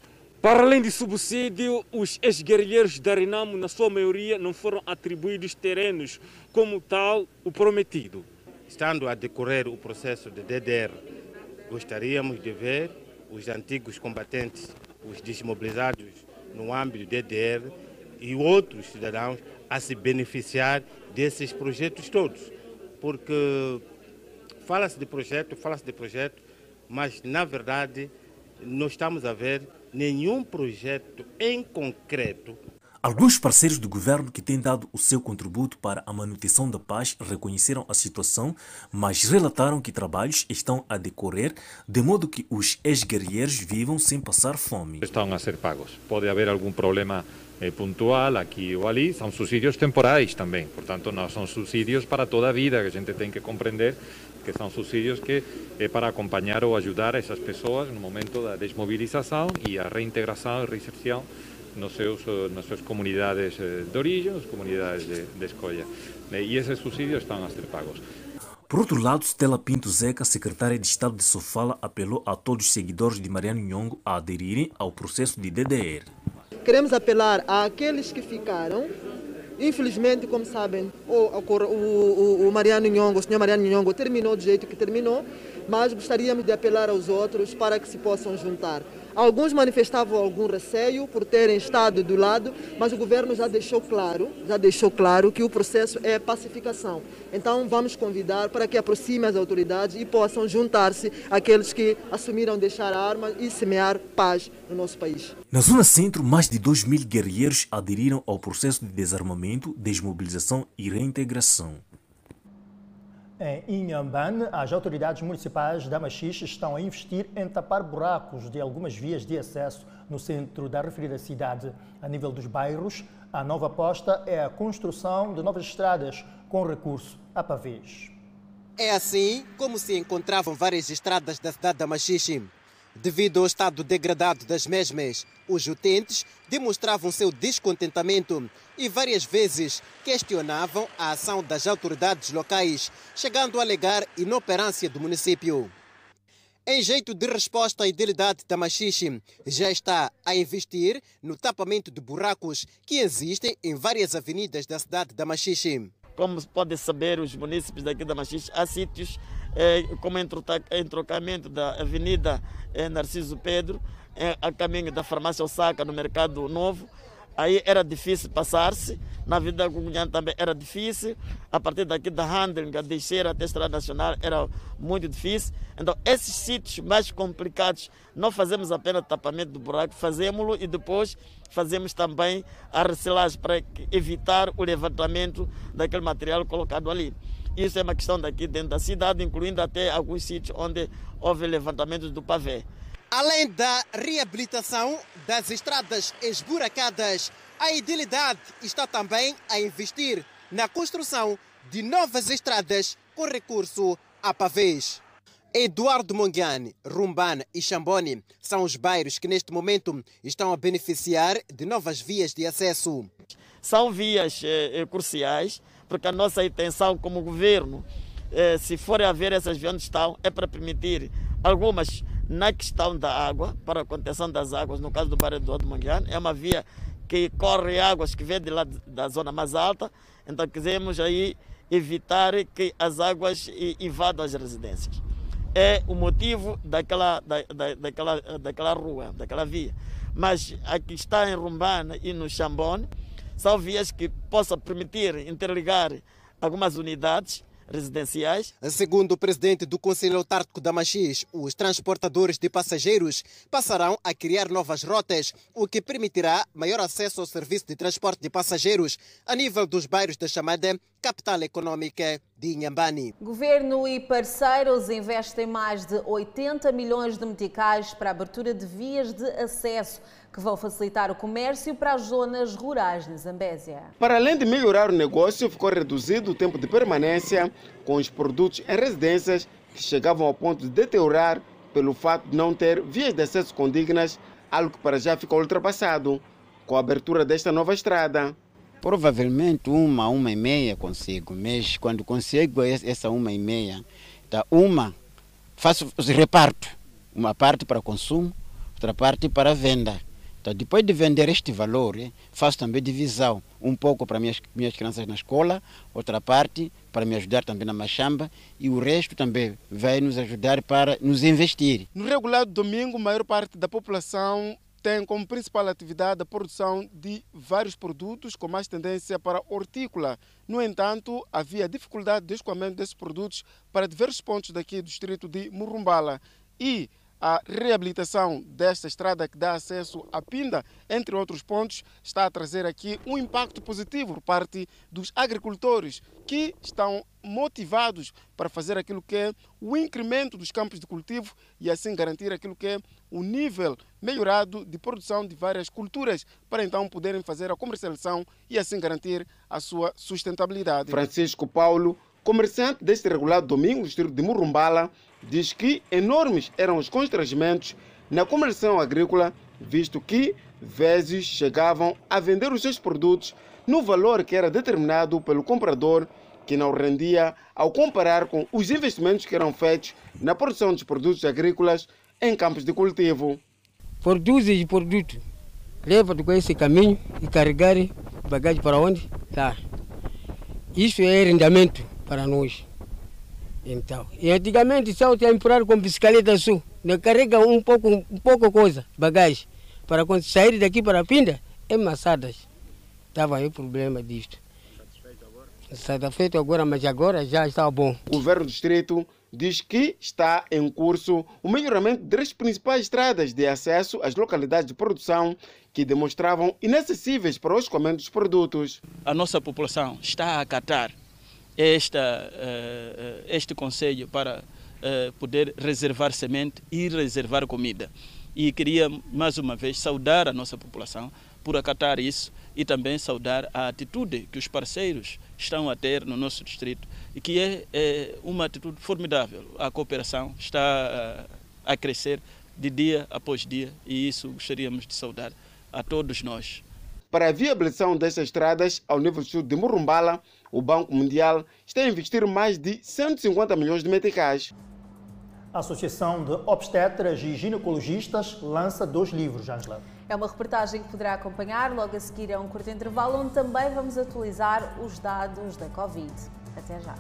Para além de subsídio, os ex-guerrilheiros da Renamo, na sua maioria, não foram atribuídos terrenos como tal o prometido. Estando a decorrer o processo de D D R, gostaríamos de ver os antigos combatentes, os desmobilizados no âmbito do D D R e outros cidadãos a se beneficiar desses projetos todos. Porque fala-se de projeto, fala-se de projeto, mas na verdade não estamos a ver nenhum projeto em concreto. Alguns parceiros do governo que têm dado o seu contributo para a manutenção da paz reconheceram a situação, mas relataram que trabalhos estão a decorrer de modo que os ex-guerrilheiros vivam sem passar fome. Estão a ser pagos. Pode haver algum problema eh, pontual aqui ou ali, são subsídios temporais também, portanto não são subsídios para toda a vida, que a gente tem que compreender que são subsídios que é para acompanhar ou ajudar essas pessoas no momento da desmobilização e a reintegração e reinserção nas seus, nas suas comunidades de origem, nas comunidades de, de escolha. E esses subsídios estão a ser pagos. Por outro lado, Stella Pinto Zeca, secretária de Estado de Sofala, apelou a todos os seguidores de Mariano Nhongo a aderirem ao processo de D D R. Queremos apelar àqueles que ficaram. Infelizmente, como sabem, o, o, o Mariano Nhongo, o senhor Mariano Nhongo terminou do jeito que terminou, mas gostaríamos de apelar aos outros para que se possam juntar. Alguns manifestavam algum receio por terem estado do lado, mas o governo já deixou claro, já deixou claro que o processo é pacificação. Então vamos convidar para que aproximem as autoridades e possam juntar-se àqueles que assumiram deixar armas e semear paz no nosso país. Na zona centro, mais de dois mil guerrilheiros aderiram ao processo de desarmamento, desmobilização e reintegração. Em Inhambane, as autoridades municipais da Machixe estão a investir em tapar buracos de algumas vias de acesso no centro da referida cidade. A nível dos bairros, a nova aposta é a construção de novas estradas com recurso a pavês. É assim como se encontravam várias estradas da cidade da Machixe. Devido ao estado degradado das mesmas, os utentes demonstravam seu descontentamento e várias vezes questionavam a ação das autoridades locais, chegando a alegar inoperância do município. Em jeito de resposta, a idilidade da Machixe já está a investir no tapamento de buracos que existem em várias avenidas da cidade da Machixe. Como pode saber, os municípios daqui da Machixe, há sítios eh, como entrocamento da Avenida eh, Narciso Pedro, eh, a caminho da farmácia Osaka, no Mercado Novo. Aí era difícil passar-se, na Avenida Cunhã também era difícil, a partir daqui da Handling, a Deixeira até a Estrada Nacional era muito difícil. Então, esses sítios mais complicados, não fazemos apenas tapamento do buraco, fazemos-lo e depois fazemos também a reciclagem para evitar o levantamento daquele material colocado ali. Isso é uma questão daqui dentro da cidade, incluindo até alguns sítios onde houve levantamentos do pavê. Além da reabilitação das estradas esburacadas, a idilidade está também a investir na construção de novas estradas com recurso a pavês. Eduardo Mongiane, Rumbane e Xambone são os bairros que neste momento estão a beneficiar de novas vias de acesso. São vias eh, cruciais, porque a nossa intenção como governo, eh, se for haver essas vias onde estão, é para permitir algumas na questão da água, para a contenção das águas, no caso do bairro Eduardo Mongiane, é uma via que corre águas que vêm de lá da zona mais alta, então quisemos aí evitar que as águas invadam as residências. É o motivo daquela, da, da, daquela, daquela rua, daquela via. Mas aqui está em Rumbane e no Xambone, são vias que possam permitir interligar algumas unidades residenciais. Segundo o presidente do Conselho Autárquico da Machixe, os transportadores de passageiros passarão a criar novas rotas, o que permitirá maior acesso ao serviço de transporte de passageiros a nível dos bairros da chamada capital econômica de Inhambane. Governo e parceiros investem mais de oitenta milhões de meticais para a abertura de vias de acesso que vão facilitar o comércio para as zonas rurais de Zambésia. Para além de melhorar o negócio, ficou reduzido o tempo de permanência com os produtos em residências que chegavam ao ponto de deteriorar pelo fato de não ter vias de acesso condignas, algo que para já ficou ultrapassado com a abertura desta nova estrada. Provavelmente uma, uma e meia consigo, mas quando consigo essa uma e meia, tá, uma faço reparto, uma parte para consumo, outra parte para venda. Então, depois de vender este valor, eh, faço também divisão, um pouco para minhas, minhas crianças na escola, outra parte para me ajudar também na machamba e o resto também vai nos ajudar para nos investir. No regular domingo, a maior parte da população tem como principal atividade a produção de vários produtos com mais tendência para hortícola. No entanto, havia dificuldade de escoamento desses produtos para diversos pontos daqui do distrito de Murumbala. E a reabilitação desta estrada que dá acesso à Pinda, entre outros pontos, está a trazer aqui um impacto positivo por parte dos agricultores que estão motivados para fazer aquilo que é o incremento dos campos de cultivo e assim garantir aquilo que é o nível melhorado de produção de várias culturas para então poderem fazer a comercialização e assim garantir a sua sustentabilidade. Francisco Paulo, comerciante deste regulado domingo no distrito de Murumbala, diz que enormes eram os constrangimentos na comercialização agrícola, visto que vezes chegavam a vender os seus produtos no valor que era determinado pelo comprador, que não rendia ao comparar com os investimentos que eram feitos na produção dos produtos agrícolas em campos de cultivo. Produzes produto, leva com esse caminho e carregar bagagem para onde? Tá. Isso é rendimento para nós. Então, e antigamente só tinha empurrado com bicicleta sul, né? Carrega um pouco, um pouco coisa, bagagem, para quando sair daqui para a Pinda, é maçadas. Estava aí o problema disto. Satisfeito agora, mas agora já está bom. O governo do distrito diz que está em curso o melhoramento das principais estradas de acesso às localidades de produção que demonstravam inacessíveis para o escoamento dos produtos. A nossa população está a acatar esta, este conselho para poder reservar semente e reservar comida. E queria, mais uma vez, saudar a nossa população por acatar isso e também saudar a atitude que os parceiros estão a ter no nosso distrito e que é, é uma atitude formidável. A cooperação está a, a crescer de dia após dia e isso gostaríamos de saudar a todos nós. Para a viabilização destas estradas ao nível sul de Murumbala, o Banco Mundial está a investir mais de cento e cinquenta milhões de meticais. A Associação de Obstetras e Ginecologistas lança dois livros, Ângela. É uma reportagem que poderá acompanhar logo a seguir a um curto intervalo, onde também vamos atualizar os dados da Covid. Até já.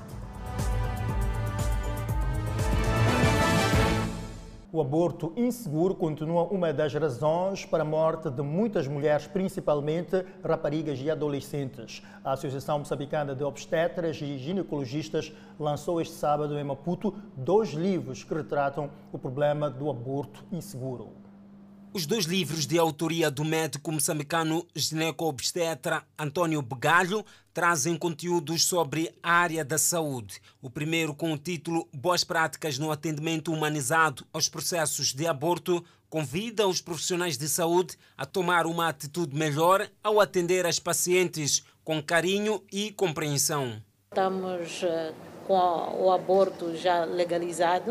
O aborto inseguro continua uma das razões para a morte de muitas mulheres, principalmente raparigas e adolescentes. A Associação Moçambicana de Obstetras e Ginecologistas lançou este sábado em Maputo dois livros que retratam o problema do aborto inseguro. Os dois livros de autoria do médico moçambicano gineco-obstetra Antônio Begalho trazem conteúdos sobre a área da saúde. O primeiro com o título Boas Práticas no Atendimento Humanizado aos Processos de Aborto convida os profissionais de saúde a tomar uma atitude melhor ao atender as pacientes com carinho e compreensão. Estamos uh, com o aborto já legalizado.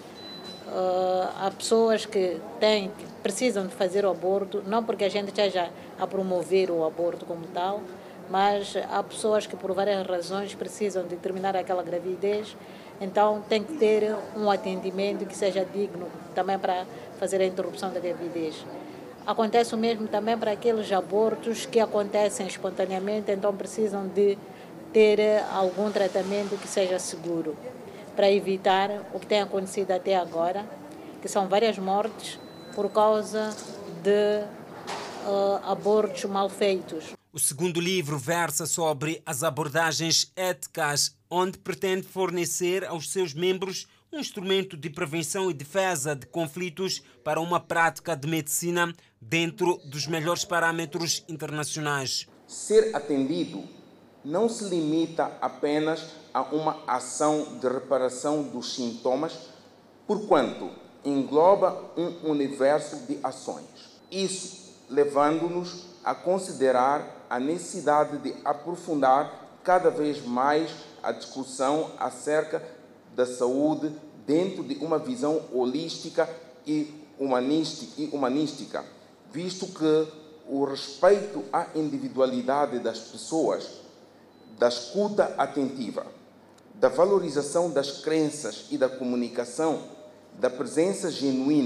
Uh, há pessoas que têm, que precisam de fazer o aborto, não porque a gente esteja a promover o aborto como tal, mas há pessoas que por várias razões precisam de terminar aquela gravidez, então tem que ter um atendimento que seja digno também para fazer a interrupção da gravidez. Acontece o mesmo também para aqueles abortos que acontecem espontaneamente, então precisam de ter algum tratamento que seja seguro, para evitar o que tem acontecido até agora, que são várias mortes por causa de uh, abortos mal feitos. O segundo livro versa sobre as abordagens éticas, onde pretende fornecer aos seus membros um instrumento de prevenção e defesa de conflitos para uma prática de medicina dentro dos melhores parâmetros internacionais. Ser atendido não se limita apenas a uma ação de reparação dos sintomas, porquanto engloba um universo de ações. Isso levando-nos a considerar a necessidade de aprofundar cada vez mais a discussão acerca da saúde dentro de uma visão holística e humanística, visto que o respeito à individualidade das pessoas, da escuta atentiva, da valorização das crenças e da comunicação, da presença genuína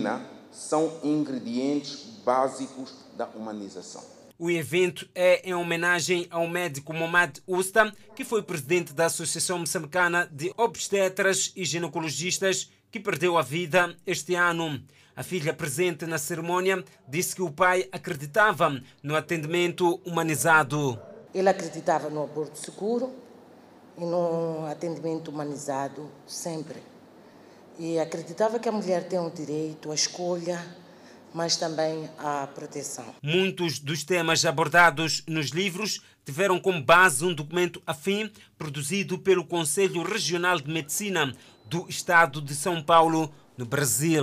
são ingredientes básicos da humanização. O evento é em homenagem ao médico Momad Usta, que foi presidente da Associação Moçambicana de Obstetras e Ginecologistas, que perdeu a vida este ano. A filha presente na cerimônia disse que o pai acreditava no atendimento humanizado. Ele acreditava no aborto seguro e no atendimento humanizado sempre. E acreditava que a mulher tem o direito à escolha, mas também à proteção. Muitos dos temas abordados nos livros tiveram como base um documento afim produzido pelo Conselho Regional de Medicina do Estado de São Paulo, no Brasil.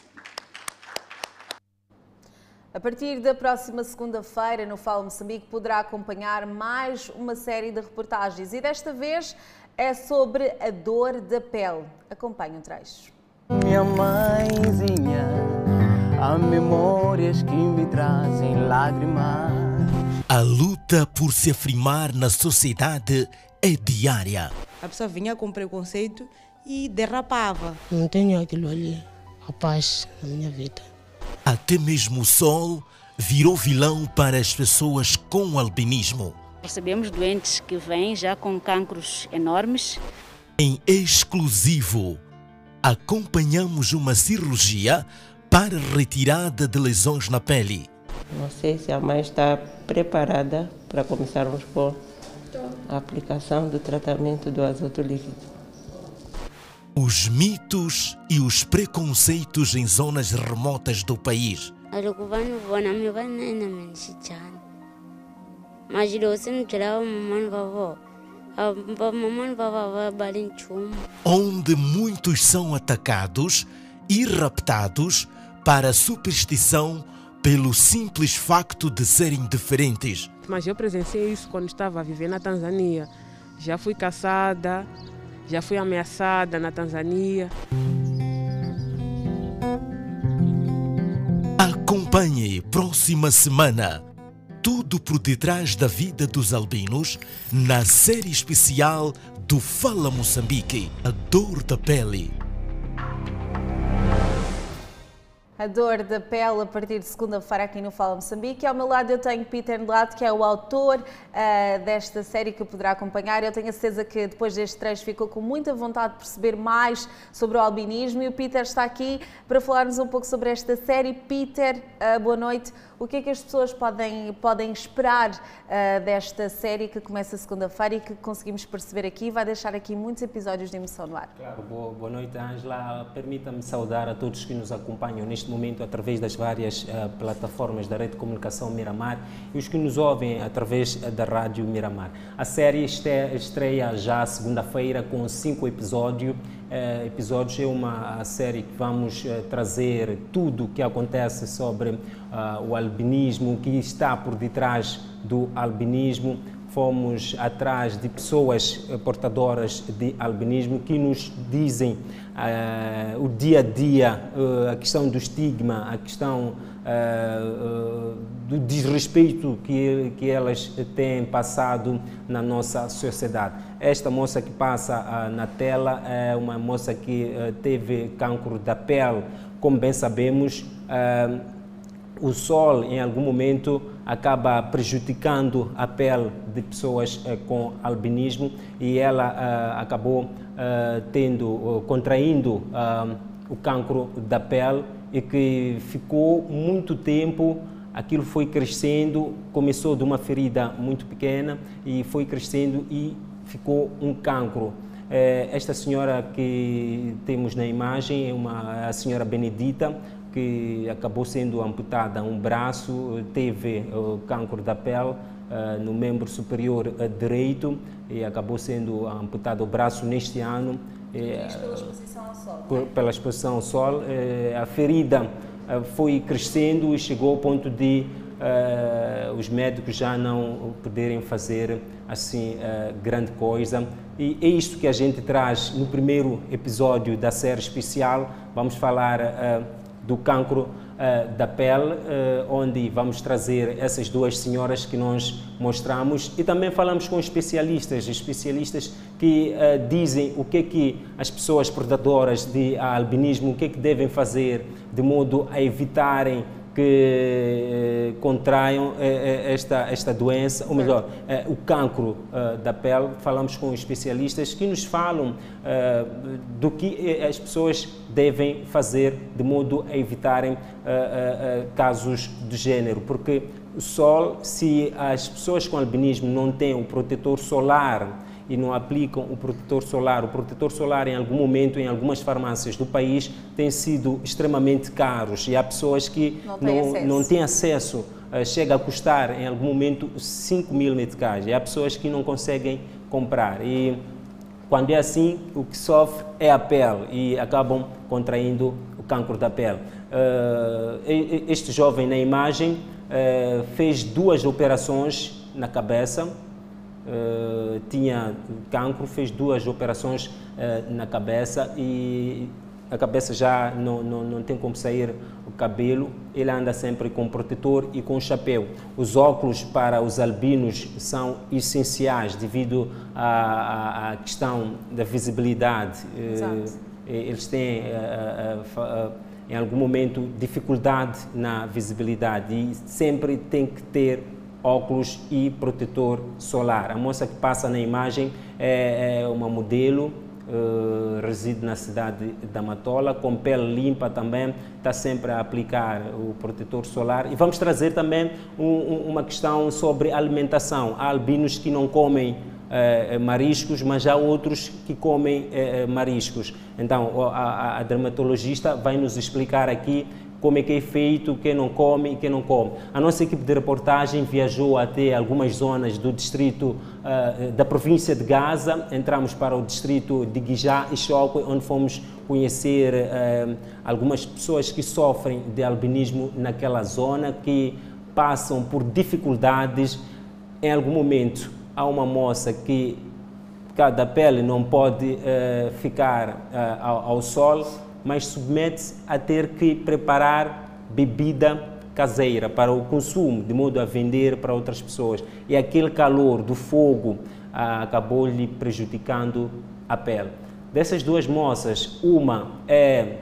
A partir da próxima segunda-feira, no Fala Moçambique, poderá acompanhar mais uma série de reportagens e desta vez é sobre a dor da pele. Acompanhe um trecho. Minha mãezinha, há memórias que me trazem lágrimas. A luta por se afirmar na sociedade é diária. A pessoa vinha com preconceito e derrapava. Não tenho aquilo ali, a paz na minha vida. Até mesmo o sol virou vilão para as pessoas com albinismo. Recebemos doentes que vêm já com cancros enormes. Em exclusivo, acompanhamos uma cirurgia para retirada de lesões na pele. Não sei se a mãe está preparada para começarmos com a aplicação do tratamento do azoto líquido. Os mitos e os preconceitos em zonas remotas do país. Onde muitos são atacados e raptados para a superstição pelo simples facto de serem diferentes. Mas eu presenciei isso quando estava a viver na Tanzânia. Já fui caçada, já fui ameaçada na Tanzânia. Acompanhe próxima semana tudo por detrás da vida dos albinos na série especial do Fala Moçambique, a dor da pele. A dor da pele a partir de segunda-feira aqui no Fala Moçambique. Ao meu lado eu tenho Peter Nelato, que é o autor uh, desta série que poderá acompanhar. Eu tenho a certeza que depois deste trecho ficou com muita vontade de perceber mais sobre o albinismo e o Peter está aqui para falar-nos um pouco sobre esta série. Peter, uh, boa noite. O que é que as pessoas podem, podem esperar uh, desta série que começa segunda-feira e que conseguimos perceber aqui? Vai deixar aqui muitos episódios de emoção no ar. Claro, boa, boa noite, Ângela. Permita-me saudar a todos que nos acompanham neste momento através das várias uh, plataformas da rede de comunicação Miramar e os que nos ouvem através da rádio Miramar. A série estreia já segunda-feira com cinco episódios. Uh, episódios é uma série que vamos uh, trazer tudo o que acontece sobre uh, o albinismo, o que está por detrás do albinismo. Fomos atrás de pessoas uh, portadoras de albinismo que nos dizem uh, o dia a dia, uh, a questão do estigma, a questão uh, uh, do desrespeito que, que elas têm passado na nossa sociedade. Esta moça que passa uh, na tela é uma moça que uh, teve cancro da pele. Como bem sabemos, uh, o sol em algum momento acaba prejudicando a pele de pessoas uh, com albinismo e ela uh, acabou uh, tendo, uh, contraindo uh, o cancro da pele e que ficou muito tempo. Aquilo foi crescendo, começou de uma ferida muito pequena e foi crescendo e ficou um cancro. Esta senhora que temos na imagem é uma, a senhora Benedita, que acabou sendo amputada um braço, teve o cancro da pele no membro superior direito e acabou sendo amputado o braço neste ano. Isto pela exposição ao sol. Por, pela exposição ao sol. A ferida foi crescendo e chegou ao ponto de uh, os médicos já não poderem fazer assim uh, grande coisa. E é isto que a gente traz no primeiro episódio da série especial. Vamos falar uh, do cancro uh, da pele, uh, onde vamos trazer essas duas senhoras que nós mostramos e também falamos com especialistas, especialistas que uh, dizem o que é que as pessoas portadoras de albinismo, o que é que devem fazer de modo a evitarem que eh, contraiam eh, esta, esta doença, ou melhor, eh, o cancro eh, da pele. Falamos com especialistas que nos falam eh, do que as pessoas devem fazer de modo a evitarem eh, eh, casos do género, porque o sol, se as pessoas com albinismo não têm o protetor solar e não aplicam o protetor solar, o protetor solar em algum momento, em algumas farmácias do país, tem sido extremamente caros e há pessoas que não têm não, acesso, não têm acesso uh, chega a custar em algum momento cinco mil meticais e há pessoas que não conseguem comprar e quando é assim, o que sofre é a pele e acabam contraindo o cancro da pele. Uh, este jovem na imagem uh, fez duas operações na cabeça. Uh, tinha cancro, fez duas operações uh, na cabeça e a cabeça já não, não, não tem como sair o cabelo, ele anda sempre com protetor e com chapéu. Os óculos para os albinos são essenciais devido à, à questão da visibilidade. Uh, eles têm, uh, uh, uh, em algum momento, dificuldade na visibilidade e sempre tem que ter óculos e protetor solar. A moça que passa na imagem é, é uma modelo, uh, reside na cidade da Matola, com pele limpa também, está sempre a aplicar o protetor solar. E vamos trazer também um, um, uma questão sobre alimentação. Há albinos que não comem uh, mariscos, mas há outros que comem uh, mariscos. Então, a, a, a dermatologista vai nos explicar aqui como é que é feito, quem não come e quem não come. A nossa equipe de reportagem viajou até algumas zonas do distrito uh, da província de Gaza, entramos para o distrito de Guijá e Chocó, onde fomos conhecer uh, algumas pessoas que sofrem de albinismo naquela zona, que passam por dificuldades. Em algum momento, há uma moça que cada pele não pode uh, ficar uh, ao, ao sol, mas submete-se a ter que preparar bebida caseira para o consumo, de modo a vender para outras pessoas. E aquele calor do fogo ah, acabou lhe prejudicando a pele. Dessas duas moças, uma é,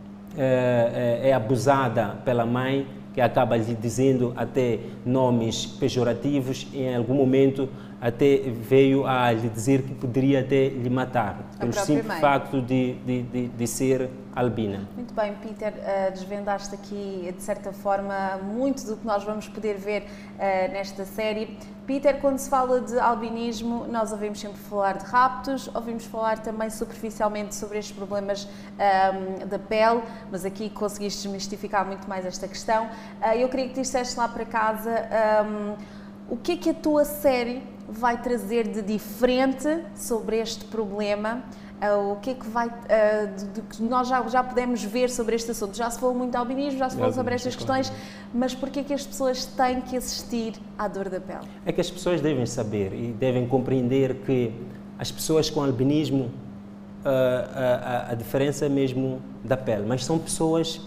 é, é abusada pela mãe, que acaba lhe dizendo até nomes pejorativos e em algum momento até veio a lhe dizer que poderia até lhe matar, pelo simples facto de, de, de, de ser albina. Muito bem, Peter, uh, desvendaste aqui, de certa forma, muito do que nós vamos poder ver uh, nesta série. Peter, quando se fala de albinismo, nós ouvimos sempre falar de raptos, ouvimos falar também superficialmente sobre estes problemas um, da pele, mas aqui conseguiste desmistificar muito mais esta questão. Uh, eu queria que te disseste lá para casa um, o que é que a tua série vai trazer de diferente sobre este problema, uh, o que é que vai, uh, de, de que nós já, já podemos ver sobre este assunto. Já se falou muito de albinismo, já se falou sobre estas questões, mas porquê é que as pessoas têm que assistir à dor da pele? É que as pessoas devem saber e devem compreender que as pessoas com albinismo, uh, a, a, a diferença é mesmo da pele, mas são pessoas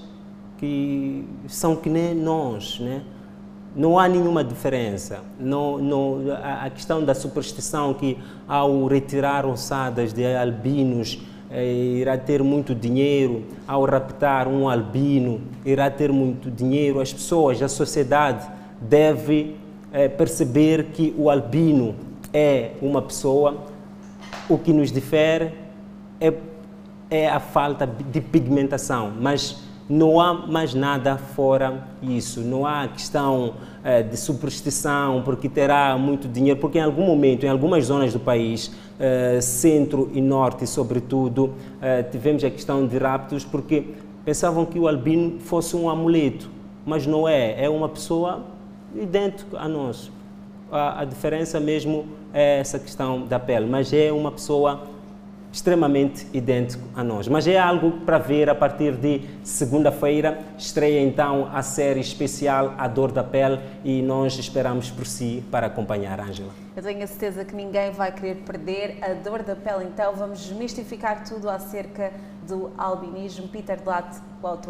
que são que nem nós, né? Não há nenhuma diferença. Não, não, a, a questão da superstição que ao retirar ossadas de albinos eh, irá ter muito dinheiro, ao raptar um albino irá ter muito dinheiro. As pessoas, a sociedade deve eh, perceber que o albino é uma pessoa. O que nos difere é, é a falta de pigmentação, mas não há mais nada fora isso, não há questão eh, de superstição, porque terá muito dinheiro, porque em algum momento, em algumas zonas do país, eh, centro e norte sobretudo, eh, tivemos a questão de raptos, porque pensavam que o albino fosse um amuleto, mas não é, é uma pessoa idêntica a nós. A, a diferença mesmo é essa questão da pele, mas é uma pessoa extremamente idêntico a nós. Mas é algo para ver a partir de segunda-feira. Estreia então a série especial A Dor da Pele e nós esperamos por si para acompanhar, Ângela. Eu tenho a certeza que ninguém vai querer perder A Dor da Pele, então vamos desmistificar tudo acerca do albinismo. Peter Blatt, o autor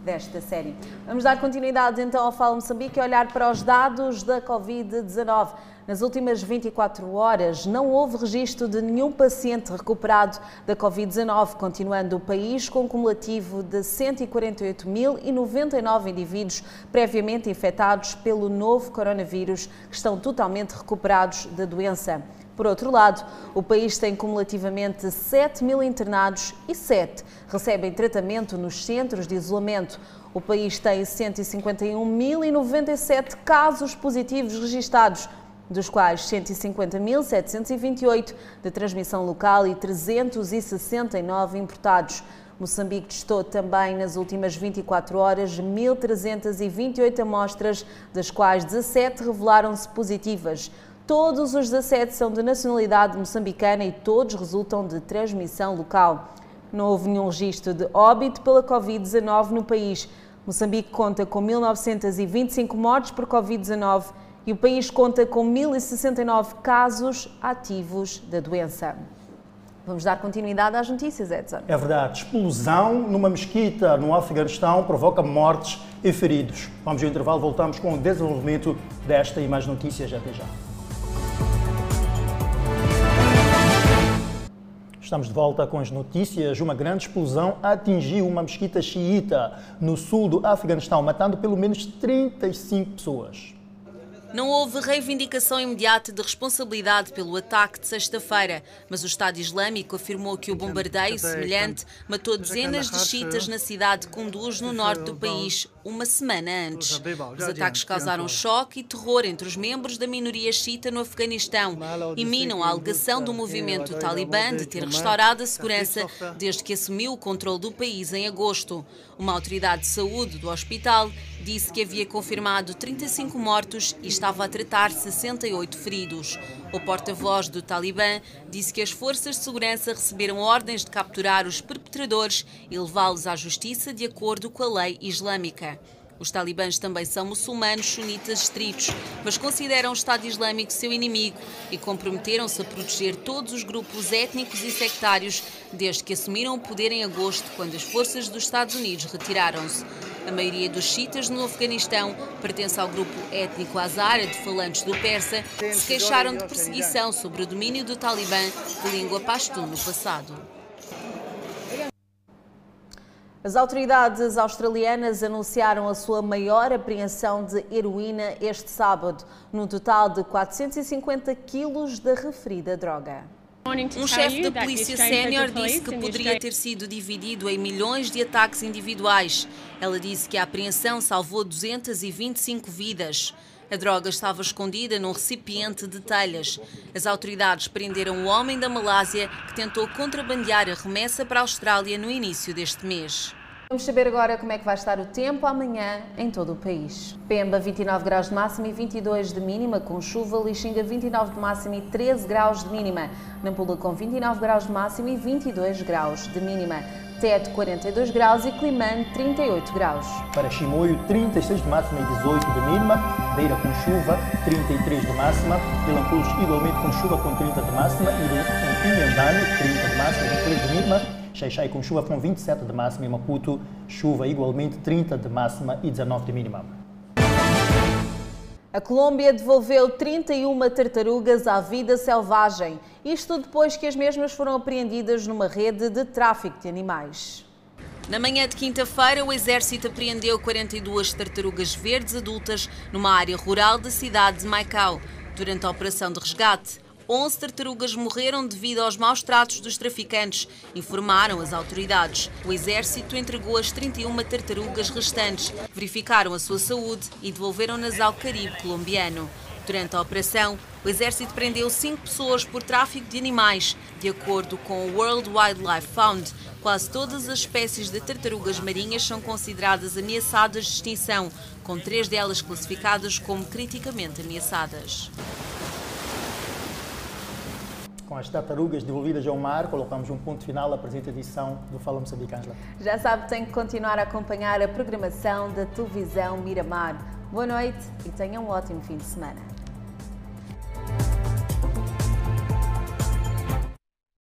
desta série. Vamos dar continuidade então ao Fala Moçambique e olhar para os dados da Covid dezanove. Nas últimas vinte e quatro horas, não houve registro de nenhum paciente recuperado da Covid dezanove, continuando o país com um cumulativo de cento e quarenta e oito mil e noventa e nove indivíduos previamente infectados pelo novo coronavírus, que estão totalmente recuperados da doença. Por outro lado, o país tem cumulativamente sete mil internados e sete recebem tratamento nos centros de isolamento. O país tem cento e cinquenta e um mil e noventa e sete casos positivos registados, dos quais cento e cinquenta mil setecentos e vinte e oito de transmissão local e trezentos e sessenta e nove importados. Moçambique testou também nas últimas vinte e quatro horas mil trezentos e vinte e oito amostras, das quais dezassete revelaram-se positivas. Todos os dezassete são de nacionalidade moçambicana e todos resultam de transmissão local. Não houve nenhum registro de óbito pela Covid dezanove no país. Moçambique conta com mil novecentos e vinte e cinco mortes por Covid dezanove e o país conta com mil e sessenta e nove casos ativos da doença. Vamos dar continuidade às notícias, Edson. É verdade. Explosão numa mesquita no Afeganistão provoca mortes e feridos. Vamos ao intervalo, voltamos com o desenvolvimento desta e mais notícias até já. Estamos de volta com as notícias. Uma grande explosão atingiu uma mesquita xiita no sul do Afeganistão, matando pelo menos trinta e cinco pessoas. Não houve reivindicação imediata de responsabilidade pelo ataque de sexta-feira, mas o Estado Islâmico afirmou que o bombardeio semelhante matou dezenas de xiitas na cidade de Kunduz, no norte do país, uma semana antes. Os ataques causaram choque e terror entre os membros da minoria xiita no Afeganistão e minam a alegação do movimento talibã de ter restaurado a segurança desde que assumiu o controle do país em agosto. Uma autoridade de saúde do hospital disse que havia confirmado trinta e cinco mortos e estava a tratar sessenta e oito feridos. O porta-voz do Talibã disse que as forças de segurança receberam ordens de capturar os perpetradores e levá-los à justiça de acordo com a lei islâmica. Os talibãs também são muçulmanos sunitas estritos, mas consideram o Estado Islâmico seu inimigo e comprometeram-se a proteger todos os grupos étnicos e sectários desde que assumiram o poder em agosto, quando as forças dos Estados Unidos retiraram-se. A maioria dos xiitas no Afeganistão pertence ao grupo étnico Hazara, de falantes do persa, que se queixaram de perseguição sobre o domínio do Talibã de língua pashto no passado. As autoridades australianas anunciaram a sua maior apreensão de heroína este sábado, num total de quatrocentos e cinquenta quilos da referida droga. Um chefe da polícia sénior disse que poderia ter sido dividido em milhões de ataques individuais. Ela disse que a apreensão salvou duzentas e vinte e cinco vidas. A droga estava escondida num recipiente de telhas. As autoridades prenderam um homem da Malásia que tentou contrabandear a remessa para a Austrália no início deste mês. Vamos saber agora como é que vai estar o tempo amanhã em todo o país. Pemba, vinte e nove graus de máxima e vinte e dois de mínima, com chuva. Lixinga, vinte e nove de máxima e treze graus de mínima. Nampula, com vinte e nove graus de máxima e vinte e dois graus de mínima. Tete, quarenta e dois graus e Climane, trinta e oito graus. Para Chimoio, trinta e seis de máxima e dezoito de mínima. Beira, com chuva, trinta e três de máxima. Vilanculos, igualmente com chuva, com trinta de máxima. E em Inhambane, trinta de máxima e vinte e três de mínima. Xai-Xai com chuva com vinte e sete de máxima e Maputo, chuva igualmente trinta de máxima e dezanove de mínima. A Colômbia devolveu trinta e uma tartarugas à vida selvagem. Isto depois que as mesmas foram apreendidas numa rede de tráfico de animais. Na manhã de quinta-feira, o Exército apreendeu quarenta e duas tartarugas verdes adultas numa área rural da cidade de Maicao. Durante a operação de resgate, onze tartarugas morreram devido aos maus tratos dos traficantes, informaram as autoridades. O Exército entregou as trinta e uma tartarugas restantes, verificaram a sua saúde e devolveram-nas ao Caribe colombiano. Durante a operação, o Exército prendeu cinco pessoas por tráfico de animais. De acordo com o World Wildlife Fund, quase todas as espécies de tartarugas marinhas são consideradas ameaçadas de extinção, com três delas classificadas como criticamente ameaçadas. Com as tartarugas devolvidas ao mar, colocamos um ponto final à presente edição do Fala Moçambique, Ângela. Já sabe, tem que continuar a acompanhar a programação da televisão Miramar. Boa noite e tenha um ótimo fim de semana.